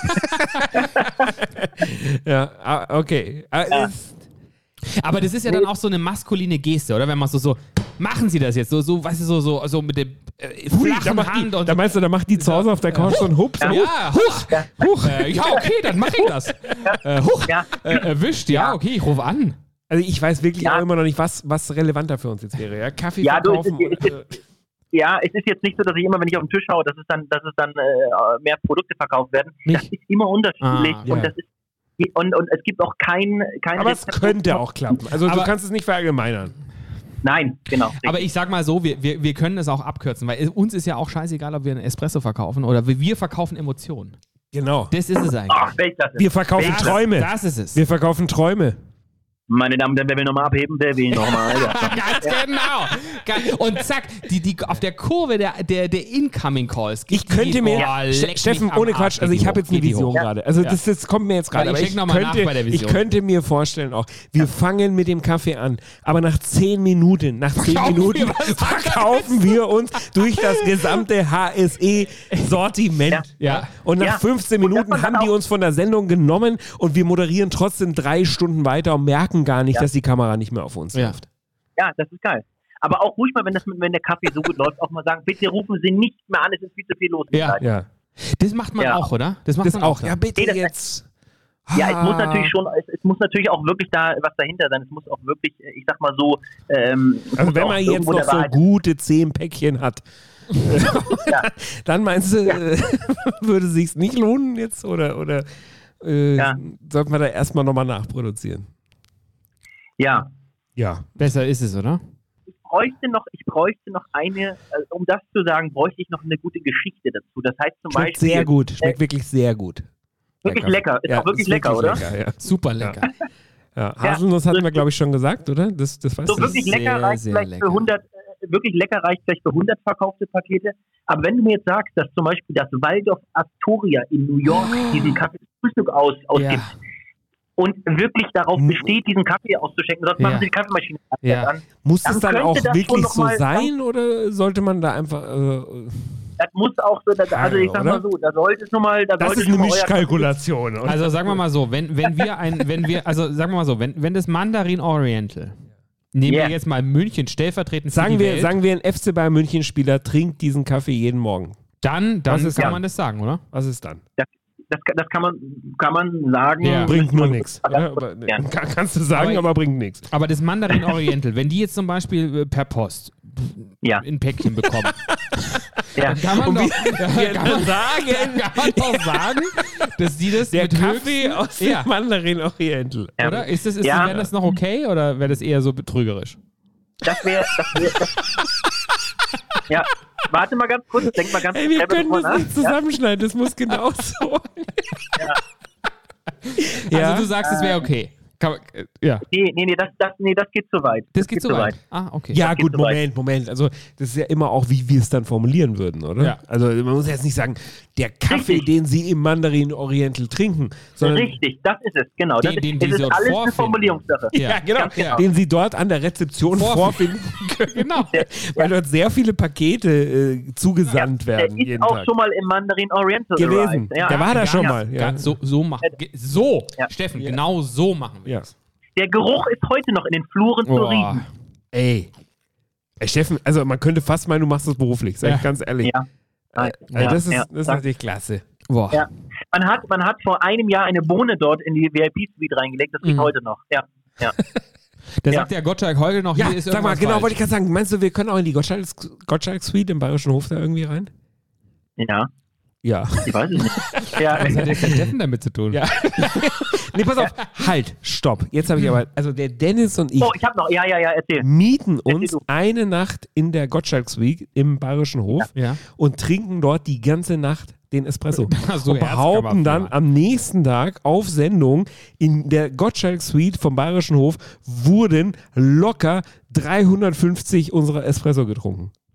ja, ah, okay. Ah, Ja. ist- Aber das ist ja dann auch so eine maskuline Geste, oder? Wenn man so, so, machen Sie das jetzt, so, so weißt du, so, so, so mit dem äh, Hui, da, flachen macht Hand die, und da meinst du, da macht die zu Hause auf der Couch so einen Hups. ja, huch, Huch. Äh, ja, okay, dann mach ich das. Äh, huch, Ja, äh, erwischt, ja, Ja. okay, ich rufe an. Also ich weiß wirklich Ja. auch immer noch nicht, was, was relevanter für uns jetzt wäre. Ja? Kaffee Ja, du, verkaufen. es ist- es oder, ja, es ist jetzt nicht so, dass ich immer, wenn ich auf den Tisch haue, dass es dann, dass es dann äh, mehr Produkte verkauft werden. Nicht? Das ist immer unterschiedlich Ah, ja. und das ist und, und es gibt auch kein, kein aber es Rezept. könnte auch klappen. Also Aber- du kannst es nicht verallgemeinern. Nein, genau. Aber ich sag mal so, wir, wir, wir können es auch abkürzen, weil uns ist ja auch scheißegal, ob wir einen Espresso verkaufen oder wir, wir verkaufen Emotionen. Genau. Das ist es eigentlich. Ach, Weltklasse. Wir verkaufen Das- Träume. Das ist es. Wir verkaufen Träume. Meine Damen und Herren, wer will nochmal abheben, wer will nochmal. Ja. Ganz genau. Ganz- Und zack, die, die, auf der Kurve der, der, der Incoming Calls. Ich könnte mir, Boah, leck Ste- mich Steffen, am ohne Arsch, Quatsch, also geht ich die habe hoch, jetzt eine geht die Vision hoch. gerade. Also Ja. das, das kommt mir jetzt gerade. Ja, ich aber check noch mal nach könnte, bei der ich Vision. könnte mir vorstellen auch, wir fangen mit dem Kaffee an, aber nach zehn Minuten, nach zehn Verkaufen Minuten wir was verkaufen wir uns durch das gesamte H S E-Sortiment. Ja. Und nach Ja. fünfzehn Und dass Minuten man dann haben die auch- uns von der Sendung genommen und wir moderieren trotzdem drei Stunden weiter und merken gar nicht, Ja. dass die Kamera nicht mehr auf uns Ja. läuft. Ja, das ist geil. Aber auch ruhig mal, wenn, das, wenn der Kaffee so gut läuft, auch mal sagen, bitte rufen Sie nicht mehr an, es ist viel zu viel los. Ja. Ja. Das macht man Ja. auch, oder? Das macht Das man auch. auch. Ja, bitte Nee, das- jetzt. Ja, es muss Ah. natürlich schon, es, es muss natürlich auch wirklich da was dahinter sein. Es muss auch wirklich, äh, ich sag mal so, ähm, es Also muss wenn auch man jetzt irgendwo noch der so Wahrheit- gute zehn Päckchen hat, dann meinst du, äh, würde sich's nicht lohnen jetzt oder, oder äh, Ja. sollte man da erstmal nochmal nachproduzieren? Ja, Ja. Besser ist es, oder? ich bräuchte noch, ich bräuchte noch eine, äh, um das zu sagen, bräuchte ich noch eine gute Geschichte dazu. Das heißt zum Schmeckt Beispiel, sehr gut. Schmeckt wirklich sehr gut. wirklich Der Kaffee. lecker, ist Ja, auch wirklich ist lecker, oder? Lecker, ja. Super lecker. Ja. Haselnuss hatten wir, glaube ich, schon gesagt, oder? Das, das weißt So du. wirklich sehr, lecker reicht sehr vielleicht lecker. für hundert, äh, wirklich lecker reicht vielleicht für hundert verkaufte Pakete. Aber wenn du mir jetzt sagst, dass zum Beispiel das Waldorf Astoria in New York diesen Kaffee zum Frühstück aus, ausgibt Ja. und wirklich darauf M- besteht, diesen Kaffee auszuschenken, sonst Ja. machen sie die Kaffeemaschine Ja. an. Muss Dann es dann könnte auch das schon wirklich noch so mal- sein oder sollte man da einfach. Äh, Das muss auch so, das, also ich sag Oder? mal so, da sollte es nun mal, da das sollte ist schon eine mal euer- Mischkalkulation. oder? Also sagen wir mal so, wenn, wenn wir ein, wenn wir, also sagen wir mal so, wenn, wenn das Mandarin Oriental, nehmen Yeah. wir jetzt mal München stellvertretend für sagen, die wir, Welt, sagen wir, ein F C Bayern München-Spieler trinkt diesen Kaffee jeden Morgen. dann, dann Was ist kann dann? man das sagen, oder? Was ist dann? Das, kann- das kann man, kann man sagen. Ja. Bringt müsste nur man- nichts. Ja. Aber, Ja. kann, kannst du sagen, Aber- aber bringt nichts. Aber das Mandarin Oriental, wenn die jetzt zum Beispiel äh, per Post Ja. ein Päckchen bekommen, Ja. dann kann man, Und doch, wir- kann, man, sagen, kann man doch sagen, dass die das der mit Kaffee höchsten- aus dem ja, Mandarin Oriental. Ja. oder? Ist das, ist, Ja. wäre das noch okay oder wäre das eher so betrügerisch? Das wäre, das wäre, das ja, warte mal ganz kurz, denk mal ganz Ey, wir selber können drüber das nach. nicht zusammenschneiden, das muss genau so. Also du sagst, es wäre okay. Kann man, äh, ja. Nee, nee, nee, das, das, nee, das geht zu weit. Das geht so weit. Ah, okay. Ja, geht gut, so weit. Moment, Moment. Also, das ist ja immer auch, wie wir es dann formulieren würden, oder? Ja. Also, man muss jetzt nicht sagen, der Kaffee, Richtig. den Sie im Mandarin Oriental trinken, sondern. Richtig, das ist es, genau. Das Den- ist, den das die ist dort alles eine vorfinden. Formulierungssache. Ja, genau. Ganz genau. Den Sie dort an der Rezeption Vorfinden. vorfinden können. Genau. Weil dort sehr viele Pakete äh, zugesandt Der werden ist jeden auch Tag. schon mal im Mandarin Oriental Gelesen. arrived. Ja. Der war da Ja, schon ja. mal. Ja. Ga- So, so machen ge- So, Ja. Steffen, genau so machen wir Ja. das. Der Geruch ist heute noch in den Fluren zu Boah. riechen. Ey. Ey, Steffen, also man könnte fast meinen, du machst das beruflich, sag Ja. ich ganz ehrlich. Ja. Also Ja, das ist, ja. das ist natürlich klasse. Boah. Ja. Man hat, man hat vor einem Jahr eine Bohne dort in die V I P-Suite reingelegt, das geht Mhm. heute noch. Ja. Ja. Da Ja. sagt der Gottschalk heute noch, Ja, hier ist sag mal, irgendwas genau, falsch. wollte ich gerade sagen. Meinst du, wir können auch in die Gottschalk, Gottschalk Suite im Bayerischen Hof da irgendwie rein? Ja, Ja. ich weiß es nicht. Ja, Was hat jetzt der Steffen damit zu tun? Ja. Nee, pass auf. Halt, stopp. Jetzt habe ich aber, also der Dennis und ich oh, ich habe noch, ja, ja, ja, erzähl. mieten Erzähl uns du. eine Nacht in der Gottschalk Suite im Bayerischen Hof Ja. und trinken dort die ganze Nacht den Espresso. Ach so, und behaupten dann Herzkammerfahrt. am nächsten Tag auf Sendung, in der Gottschalk Suite vom Bayerischen Hof wurden locker dreihundertfünfzig unserer Espresso getrunken. Geil.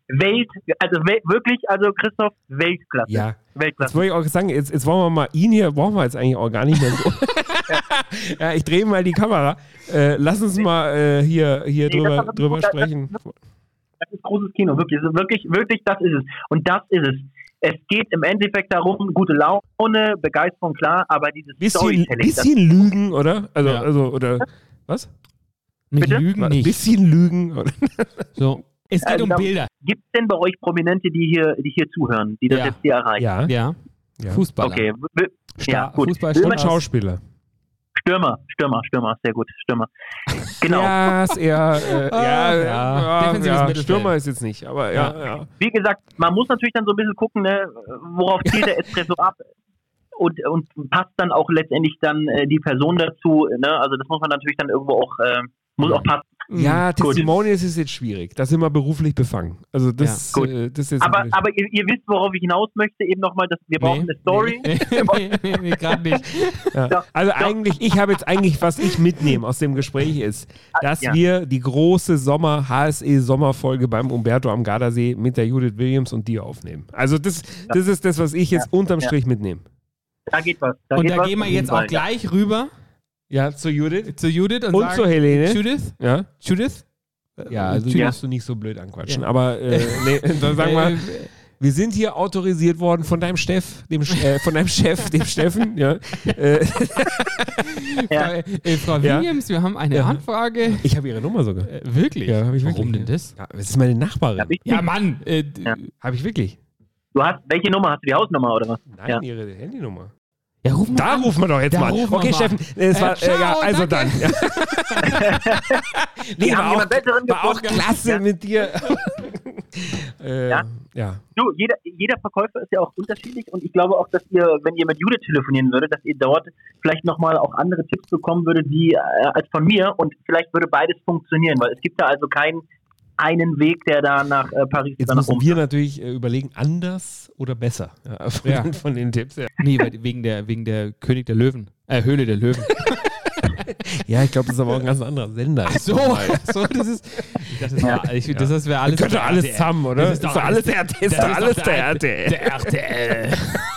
Welt, also wel, wirklich, also Christoph, Weltklasse. Ja. Weltklasse. Jetzt wollte ich auch sagen, jetzt, jetzt wollen wir mal, ihn hier brauchen wir jetzt eigentlich auch gar nicht mehr so. Ja, ich drehe mal die Kamera. Äh, lass uns mal äh, hier, hier Nee, drüber, das war- drüber das- sprechen. Das ist großes Kino, wirklich, das ist wirklich, wirklich, das ist es. Und das ist es. Es geht im Endeffekt darum, gute Laune, Begeisterung, klar, aber dieses Bisschen, Storytelling, bisschen Lügen, oder? Also, Ja. also, oder was? Nicht Bitte? lügen Ein nicht. bisschen Lügen. Oder? So. Es geht Also um da- Bilder. gibt es denn bei euch Prominente, die hier, die hier zuhören, die das Ja. jetzt hier erreichen? Ja. Ja. Ja. Fußballer. Okay, w- w- Star- ja, gut. Fußballstürmer. Und Schauspieler. Stürmer, Stürmer, Stürmer, sehr gut, Stürmer. Genau. Ja, ist eher, äh, ja, ja. ja, Defensives ja, Mittelfeld. Stürmer ist jetzt nicht, aber ja, Ja. ja. Wie gesagt, man muss natürlich dann so ein bisschen gucken, ne, worauf zielt der Espresso ab und, und passt dann auch letztendlich dann äh, die Person dazu. Ne? Also das muss man natürlich dann irgendwo auch, äh, muss auch passen. Ja, Gut. Testimonials ist jetzt schwierig. Da sind wir beruflich befangen. Also das, Ja. Gut. äh, das ist jetzt Aber, wirklich- aber ihr, ihr wisst, worauf ich hinaus möchte, eben nochmal, dass wir brauchen eine Story. Nee, nee, nee, nee gerade nicht. ja. doch, Also doch. eigentlich, ich habe jetzt eigentlich, was ich mitnehme aus dem Gespräch ist, dass Ja. wir die große Sommer H S E-Sommerfolge beim Umberto am Gardasee mit der Judith Williams und dir aufnehmen. Also das, das ist das, was ich jetzt unterm Ja. Strich mitnehme. Da geht was. Da Und geht da was gehen wir auf jeden jetzt auch Fall. gleich rüber Ja, zu Judith zu Judith und, und sagen, zu Helene. Judith? Ja, Judith? ja also Judith. darfst du nicht so blöd anquatschen. Ja. Aber äh, nee, dann sagen wir, Äh, wir sind hier autorisiert worden von deinem Steff, dem, äh, von deinem Chef, dem Steffen. Ja. Äh, Ja. Frau, äh, Frau Ja. Williams, wir haben eine Ja. Anfrage. ich habe ihre Nummer sogar. Äh, wirklich? Ja, habe ich Warum wirklich. denn das? Ja, das ist meine Nachbarin. Ja, Ja, Mann. Äh, d- Ja. Habe ich wirklich. Du hast, welche Nummer? Hast du die Hausnummer oder was? Nein, Ja. ihre Handynummer. ja, ruf mal Da an. rufen wir doch jetzt Da mal. rufen wir Okay, mal Steffen, äh, es Äh, war, äh, ciao, ja, also danke. dann. Ja. nee, Wir haben war auch, jemand Besseren war auch gefunden. klasse Ja. mit dir. äh, ja. Ja. ja. Du, jeder, jeder Verkäufer ist ja auch unterschiedlich und ich glaube auch, dass ihr, wenn ihr mit Judith telefonieren würdet, dass ihr dort vielleicht nochmal auch andere Tipps bekommen würdet, wie äh, als von mir und vielleicht würde beides funktionieren, weil es gibt da also keinen einen Weg, der da nach äh, Paris Jetzt oder nach müssen Rom wir natürlich äh, überlegen, anders oder besser. Ja, von, Ja. Den, von den Tipps. Ja, Nee, weil- wegen der, wegen der König der Löwen. Äh, Höhle der Löwen. ja ich glaube, das ist aber auch ein ganz anderer Sender. Ach so, so, das ist. Ich dachte, das, war, ich, das, das wäre alles. Könnte der alles R T L. zusammen, oder? Das Das ist ist doch doch alles der R T L. Ist doch alles der R T L. Der R T L.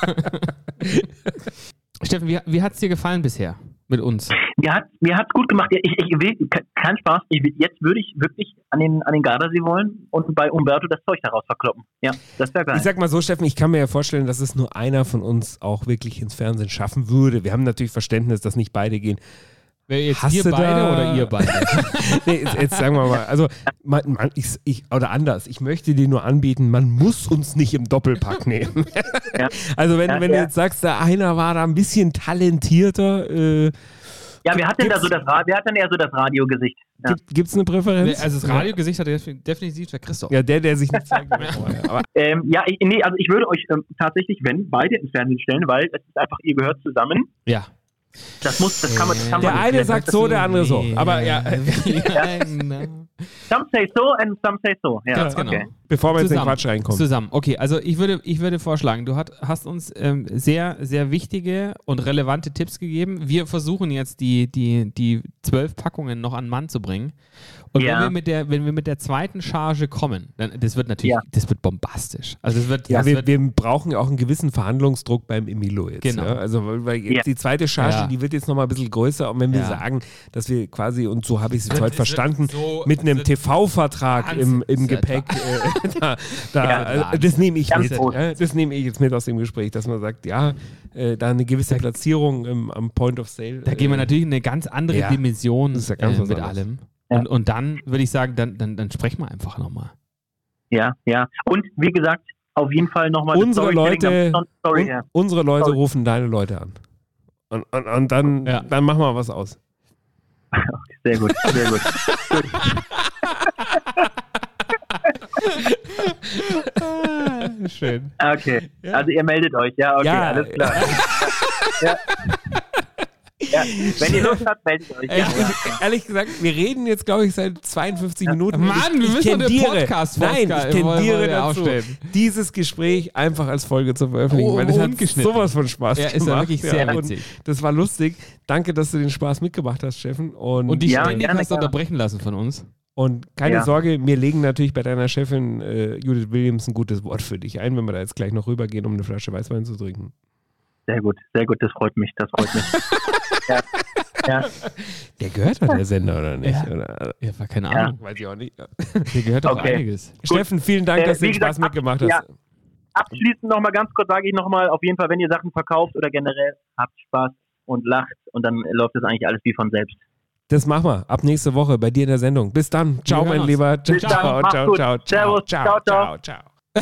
Steffen, wie, wie hat es dir gefallen bisher mit uns? Mir hat mir hat's gut gemacht. Ich, ich will kein Spaß. Ich, will- jetzt würde ich wirklich an den an den Gardasee wollen und bei Umberto das Zeug daraus verkloppen. Ja, das wäre geil. Ich sag mal so, Steffen, ich kann mir ja vorstellen, dass es nur einer von uns auch wirklich ins Fernsehen schaffen würde. Wir haben natürlich Verständnis, dass nicht beide gehen. Wer jetzt Hast wir du beide da- oder ihr beide? Nee, jetzt, jetzt sagen wir mal, also man, man, ich, ich, oder anders, ich möchte dir nur anbieten, man muss uns nicht im Doppelpack nehmen. Ja. Also wenn, Ja, wenn du ja. jetzt sagst, der einer war da ein bisschen talentierter, äh, ja, wer hat denn da gibt's- so das Ra- wer hat denn eher so das Radiogesicht? Ja. gibt es eine Präferenz? Also das Radiogesicht hat def- definitiv der Christoph. Ja, der, der sich nicht zeigen will. Aber Ähm, ja, ich, nee, also ich würde euch ähm, tatsächlich, wenn, beide ins Fernsehen stellen, weil es ist einfach, ihr gehört zusammen. Ja. Das muss, das kann man, das kann der man eine sagt so, der andere so. Aber ja, Some say so and some say so. Ja, Ganz genau. okay. bevor wir jetzt in den Zusammen. Quatsch reinkommen. Zusammen. Okay, also ich würde, ich würde vorschlagen, du hat, hast uns ähm, sehr, sehr wichtige und relevante Tipps gegeben. Wir versuchen jetzt die, die, die zwölf Packungen noch an den Mann zu bringen. Und Ja. wenn wir mit der, wenn wir mit der zweiten Charge kommen, dann das wird natürlich, Ja. das wird bombastisch. Also das wird, Ja, das wir, wird wir brauchen ja auch einen gewissen Verhandlungsdruck beim Emilo jetzt. Genau. Ja? Also, weil- weil jetzt Ja. die zweite Charge, Ja. die wird jetzt nochmal ein bisschen größer. Und wenn wir Ja. sagen, dass wir quasi, und so habe ich es jetzt wird- heute es wird verstanden, so- mit einem es wird T V-Vertrag im, Wahnsinn. im Es wird Gepäck, äh, da, da, Ja, äh, das nehme ich Ganz mit. groß. Ja? Das nehme ich jetzt mit aus dem Gespräch, dass man sagt, ja, äh, da eine gewisse Platzierung im, am Point of Sale. Da gehen wir äh, natürlich in eine ganz andere Ja, Dimension das ist ja ganz äh, was mit anderes. allem. Ja. Und, und dann würde ich sagen, dann, dann, dann sprechen wir einfach nochmal. Ja, ja. Und wie gesagt, auf jeden Fall nochmal Unsere Leute, Story un, her. unsere Leute Sorry. rufen deine Leute an. Und, und, und dann, Ja. dann machen wir was aus. Sehr gut, sehr gut. Schön. Okay, Ja. also ihr meldet euch, ja, okay, Ja. alles klar. ja. Ja. Wenn ihr Lust habt, meldet euch. Ey, Ja. ich, ehrlich gesagt, wir reden jetzt, glaube ich, seit zweiundfünfzig Minuten. Mann, ich, wir ich müssen doch eine tendiere, Podcast- Nein, ich wollen tendiere wir dazu, aufstellen. dieses Gespräch einfach als Folge zu veröffentlichen, Oh, weil das hat ungeschnitten. sowas von Spaß Ja, gemacht. ist ja wirklich sehr und witzig. Das war lustig. Danke, dass du den Spaß mitgebracht hast, Steffen. Und, Und dich Ja, ständig gerne, hast gerne. unterbrechen lassen von uns. Und keine Ja. Sorge, mir legen natürlich bei deiner Chefin äh, Judith Williams ein gutes Wort für dich ein, wenn wir da jetzt gleich noch rübergehen, um eine Flasche Weißwein zu trinken. Sehr gut, sehr gut, das freut mich, das freut mich. ja. Ja. Der gehört doch der Sender, oder nicht? Ja. Oder? Ja, war keine Ja. Ahnung. Weiß ich auch nicht. Hier gehört doch Okay. einiges. Steffen, vielen Dank, Äh, dass du wie den Spaß gesagt, mitgemacht ab- hast. ja. Abschließend nochmal ganz kurz sage ich nochmal, auf jeden Fall, wenn ihr Sachen verkauft oder generell, habt Spaß und lacht und dann läuft das eigentlich alles wie von selbst. Das machen wir ab nächste Woche bei dir in der Sendung. Bis dann. Ciao, hören mein uns. Lieber. Ciao, Bis dann. ciao, Macht's ciao, gut. ciao, Servus. ciao, Ciao, ciao, ciao.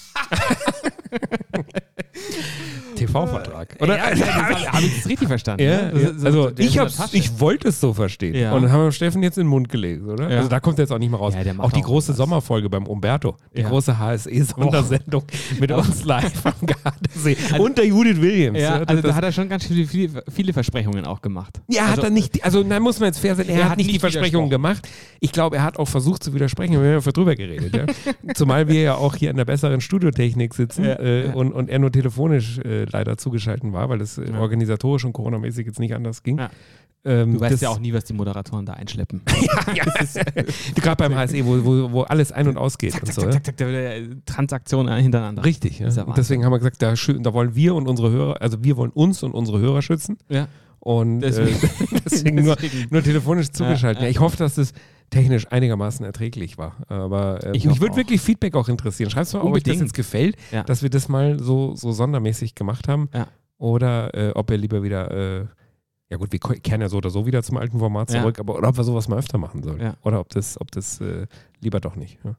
T V-Vertrag. Oder? Ja, ja, habe ich das richtig verstanden? Ja, ne? ja. So- so- Also der ist ich, in der hab's, Tasche. ich wollte es so verstehen. Ja. Und dann haben wir Steffen jetzt in den Mund gelegt, oder? Ja. Also da kommt er jetzt auch nicht mehr raus. Ja, der macht auch die auch große was. Sommerfolge beim Umberto. Die Ja. große H S E-Sondersendung mit uns live am Gardasee. Also- und der Judith Williams. Ja, das- also da das- hat er schon ganz viele, viele, viele Versprechungen auch gemacht. Ja, also, hat er nicht, also da muss man jetzt fair sein, er, Er hat, hat nicht die nicht Versprechungen gemacht. Ich glaube, er hat auch versucht zu widersprechen, wir haben ja drüber geredet. Ja? Zumal wir ja auch hier in der besseren Studiotechnik sitzen Ja, äh, ja. Und, und er nur telefonisch äh, leider zugeschalten war, weil es äh, Ja. organisatorisch und coronamäßig jetzt nicht anders ging. Ja. Ähm, Du weißt das- ja auch nie, was die Moderatoren da einschleppen. ja, gerade beim H S E, wo, wo, wo alles ein- und ausgeht. zack, und zack, so, zack, ja? zack, zack, da- da- Transaktionen hintereinander. Richtig, ja. Ist ja Und Wahnsinn. deswegen haben wir gesagt, da, schü- da wollen wir und unsere Hörer, also wir wollen uns und unsere Hörer schützen. Ja. Und Deswegen- äh, deswegen nur, deswegen- nur telefonisch zugeschaltet. ja. Ja, ich hoffe, dass das technisch einigermaßen erträglich war. Aber äh, Ich mich hoffe würde auch. wirklich Feedback auch interessieren. Schreibt mal, ob euch das Unbedingt. jetzt gefällt, Ja. dass wir das mal so, so sondermäßig gemacht haben. Ja. Oder äh, ob ihr lieber wieder, äh, ja gut, wir ko- kehren ja so oder so wieder zum alten Format Ja. zurück, aber oder ob wir sowas mal öfter machen sollen. Ja. Oder ob das, ob das äh, lieber doch nicht. Ja.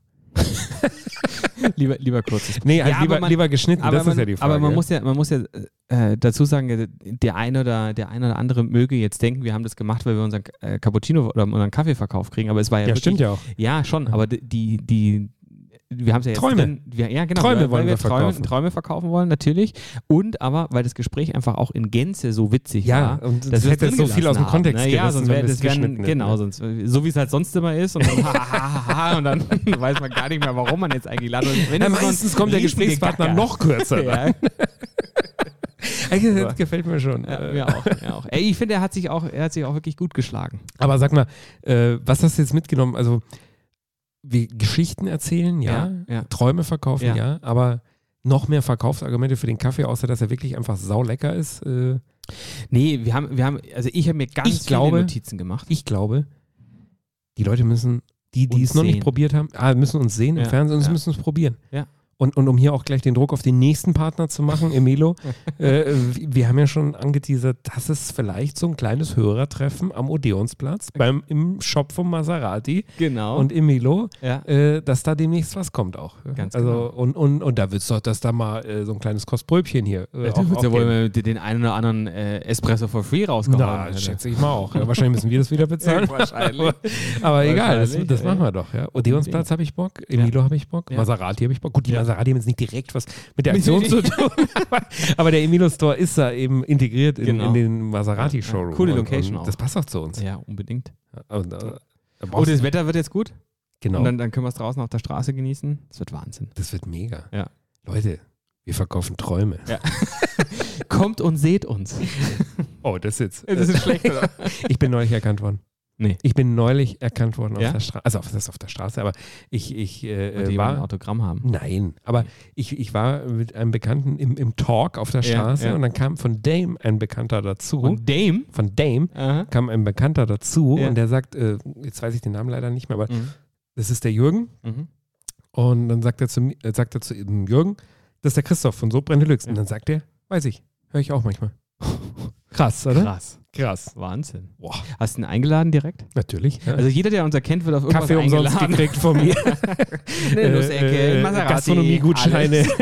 lieber, lieber kurzes. Nee, halt Ja, lieber, aber man- lieber geschnitten, Aber das man, ist ja die Frage. aber man muss ja, man muss ja äh, dazu sagen, der eine oder der eine oder andere möge jetzt denken, wir haben das gemacht, weil wir unseren äh, Cappuccino oder unseren Kaffeeverkauf kriegen, aber es war ja, ja, wirklich, stimmt ja auch. Ja, schon, aber die, die, die wir haben es ja jetzt Träume. drin, wir, ja, genau, Träume weil, wollen weil wir wir Träume, verkaufen. Träume verkaufen wollen, natürlich. Und aber, weil das Gespräch einfach auch in Gänze so witzig Ja, war, und dass das wir hätte es jetzt so drin viel aus dem gelassen Kontext haben. Ne? Ja, gerissen, sonst wenn wäre wir das es wären, geschnitten hätten, genau, ja. sonst, so wie es halt sonst immer ist und dann, ha, ha, ha, ha, und dann weiß man gar nicht mehr, warum man jetzt eingeladen wird. Wenn Ja, es so ein meistens kommt der riesige Gesprächspartner Gacker. noch kürzer. Ja, Eigentlich, das gefällt mir schon. ja, Äh, mir auch, mir auch. Ey, ich finde, er hat sich auch, er hat sich auch wirklich gut geschlagen. Aber sag mal, äh, was hast du jetzt mitgenommen? Also, wir Geschichten erzählen, ja. Ja, ja. Träume verkaufen, ja. Ja. Aber noch mehr Verkaufsargumente für den Kaffee, außer dass er wirklich einfach saulecker ist. Äh, Nee, wir haben, wir haben, also ich habe mir ganz Ich viele glaube- Notizen gemacht. ich glaube, die Leute müssen, die, die Uns es noch nicht sehen. probiert haben, ah, müssen uns sehen im Ja, Fernsehen und sie ja. müssen es probieren. Ja. Und, und um hier auch gleich den Druck auf den nächsten Partner zu machen, Emilo, äh, wir haben ja schon angeteasert, dass es vielleicht so ein kleines Hörertreffen am Odeonsplatz beim, im Shop von Maserati Genau. und Emilo, ja. äh, dass da demnächst was kommt auch. Ganz also, genau. und, und, und da wird es doch, dass da mal äh, so ein kleines Kostbröbchen hier äh, Ja, auch, du willst auch ja wohl geben. mit den einen oder anderen äh, Espresso for free rausgehauen. Na, hätte. schätze ich mal auch. Ja, wahrscheinlich müssen wir das wieder bezahlen. Wahrscheinlich. aber aber egal, das, Wahrscheinlich, das ja. machen wir doch. Ja. Odeonsplatz habe ich Bock, Emilo habe ich Bock, Ja. Maserati habe ich Bock. Gut, die Ja. Maserati haben jetzt nicht direkt was mit der Mit Aktion den- zu tun, aber, aber der Emilo-Store ist da eben integriert in, Genau. in den Maserati-Showroom. Ja, coole Und- Location und auch. Das passt auch zu uns. Ja, unbedingt. Und, äh, da Oh, brauchst das du- Wetter wird jetzt gut. genau, Und dann, dann können wir es draußen auf der Straße genießen. Das wird Wahnsinn. das wird mega. Ja. Leute, wir verkaufen Träume. Ja. Kommt und seht uns. Oh, das jetzt. Das ist schlecht, oder? Ich bin neulich erkannt worden. Nee. Ich bin neulich erkannt worden auf Ja? der Straße. Also auf, das ist auf der Straße, aber ich, ich äh, Und die war. ein Autogramm haben. Nein, aber ich, ich war mit einem Bekannten im, im Talk auf der Ja, Straße ja. und dann kam von Dame ein Bekannter dazu. Und Dame? Von Dame Aha. kam ein Bekannter dazu Ja. und der sagt, äh, jetzt weiß ich den Namen leider nicht mehr, aber Mhm. das ist der Jürgen. Mhm. Und dann sagt er zu, mi- äh, sagt er zu ihm, Jürgen, das ist der Christoph von Sodbrennen Deluxe. Und Ja. dann sagt er, weiß ich, höre ich auch manchmal. Krass, oder? Krass. Krass. Wahnsinn. Boah. Hast du ihn eingeladen direkt? Natürlich. Ja. Also jeder, der uns erkennt, wird auf irgendwas Kaffee umsonst eingeladen. gekriegt von mir. Eine Nussecke, Äh, äh, Maserati, Gastronomie-Gutscheine. alles.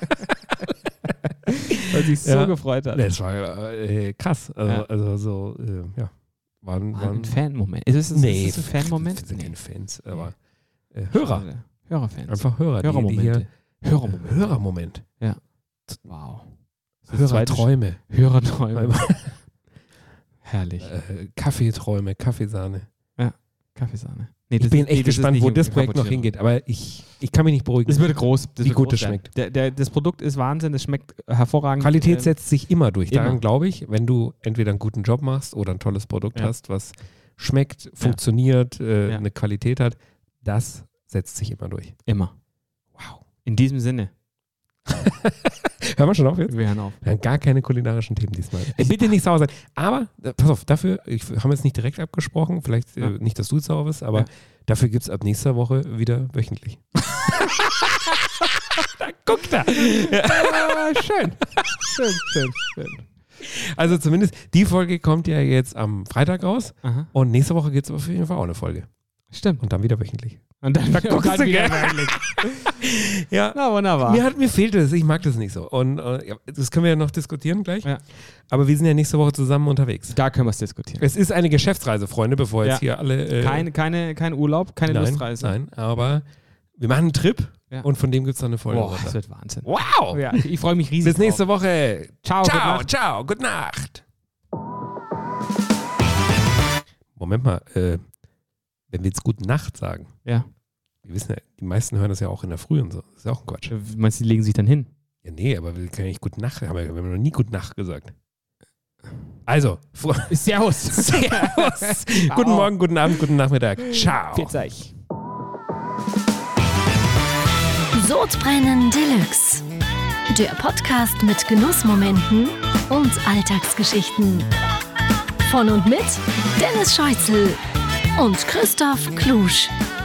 Weil sich so Ja. gefreut hat. Das war äh, krass. Also, Ja. also so, äh, ja. Waren, War waren ein Fan-Moment. Ist es, ist nee, es ein Fan-Moment? Wir sind Nee. keine Fans, aber äh, Hörer. Schade. Hörerfans. Einfach Hörer. Die, die Hörermomente. hier, Hörermomente. Hörermoment. Wow. Das zweite Hörerträume. Hörerträume. Herrlich. äh, Kaffeeträume, Kaffeesahne. Kaffeesahne. Nee, Ich das bin ist- nee, echt das ist gespannt, nicht wo im das Projekt noch Cappuccino. hingeht. Aber ich, ich kann mich nicht beruhigen. Das wird groß. Das Wie wird gut groß das werden. schmeckt. Der, der, das Produkt ist Wahnsinn. Das schmeckt hervorragend. Qualität Ähm, setzt sich immer durch. Daran immer. glaube ich, wenn du entweder einen guten Job machst oder ein tolles Produkt Ja. hast, was, schmeckt, funktioniert, äh, Ja. eine Qualität hat, das setzt sich immer durch. Immer. Wow. In diesem Sinne. Hören wir schon auf jetzt? Wir hören auf. Wir haben gar keine kulinarischen Themen diesmal. Ey, bitte nicht sauer sein. Aber, äh, pass auf, dafür, ich, haben wir jetzt nicht direkt abgesprochen, vielleicht Ja. äh, nicht, dass du jetzt sauer bist, aber Ja. dafür gibt es ab nächster Woche wieder wöchentlich. Da guckt er. Ah, schön. Schön, schön, schön. Also zumindest, die Folge kommt ja jetzt am Freitag raus Aha. und nächste Woche gibt es auf jeden Fall auch eine Folge. Stimmt. Und dann wieder wöchentlich. Und dann, Da und guckst dann du, wieder gell? wöchentlich. Ja. Na, wunderbar. Mir, hat, mir fehlt es, ich mag das nicht so. Und äh, ja, das können wir ja noch diskutieren gleich. Ja. Aber wir sind ja nächste Woche zusammen unterwegs. Da können wir es diskutieren. Es ist eine Geschäftsreise, Freunde, bevor jetzt Ja. hier alle. Äh, Keine, keine, kein Urlaub, keine nein, Lustreise. Nein, aber wir machen einen Trip Ja. und von dem gibt es dann eine Folge. Boah, runter. das wird Wahnsinn. Wow! Ja, ich, ich freue mich riesig. Bis nächste drauf. Woche. Ciao, gute Ciao, Nacht. ciao, gute Nacht. Moment mal, äh, wenn wir jetzt gute Nacht sagen, Ja. wir wissen ja, die meisten hören das ja auch in der Früh und so. Das ist ja auch ein Quatsch. Meinst du, die legen sich dann hin? Ja, nee, aber wir können ja nicht gute Nacht, haben wir, wir haben noch nie gute Nacht gesagt. Also, Fro- Servus. Servus. Guten Morgen, guten Abend, guten Nachmittag. Ciao. Pfiat euch. Sodbrennen Deluxe. Der Podcast mit Genussmomenten und Alltagsgeschichten. Von und mit Dennis Scheuzel und Christoph Klusch.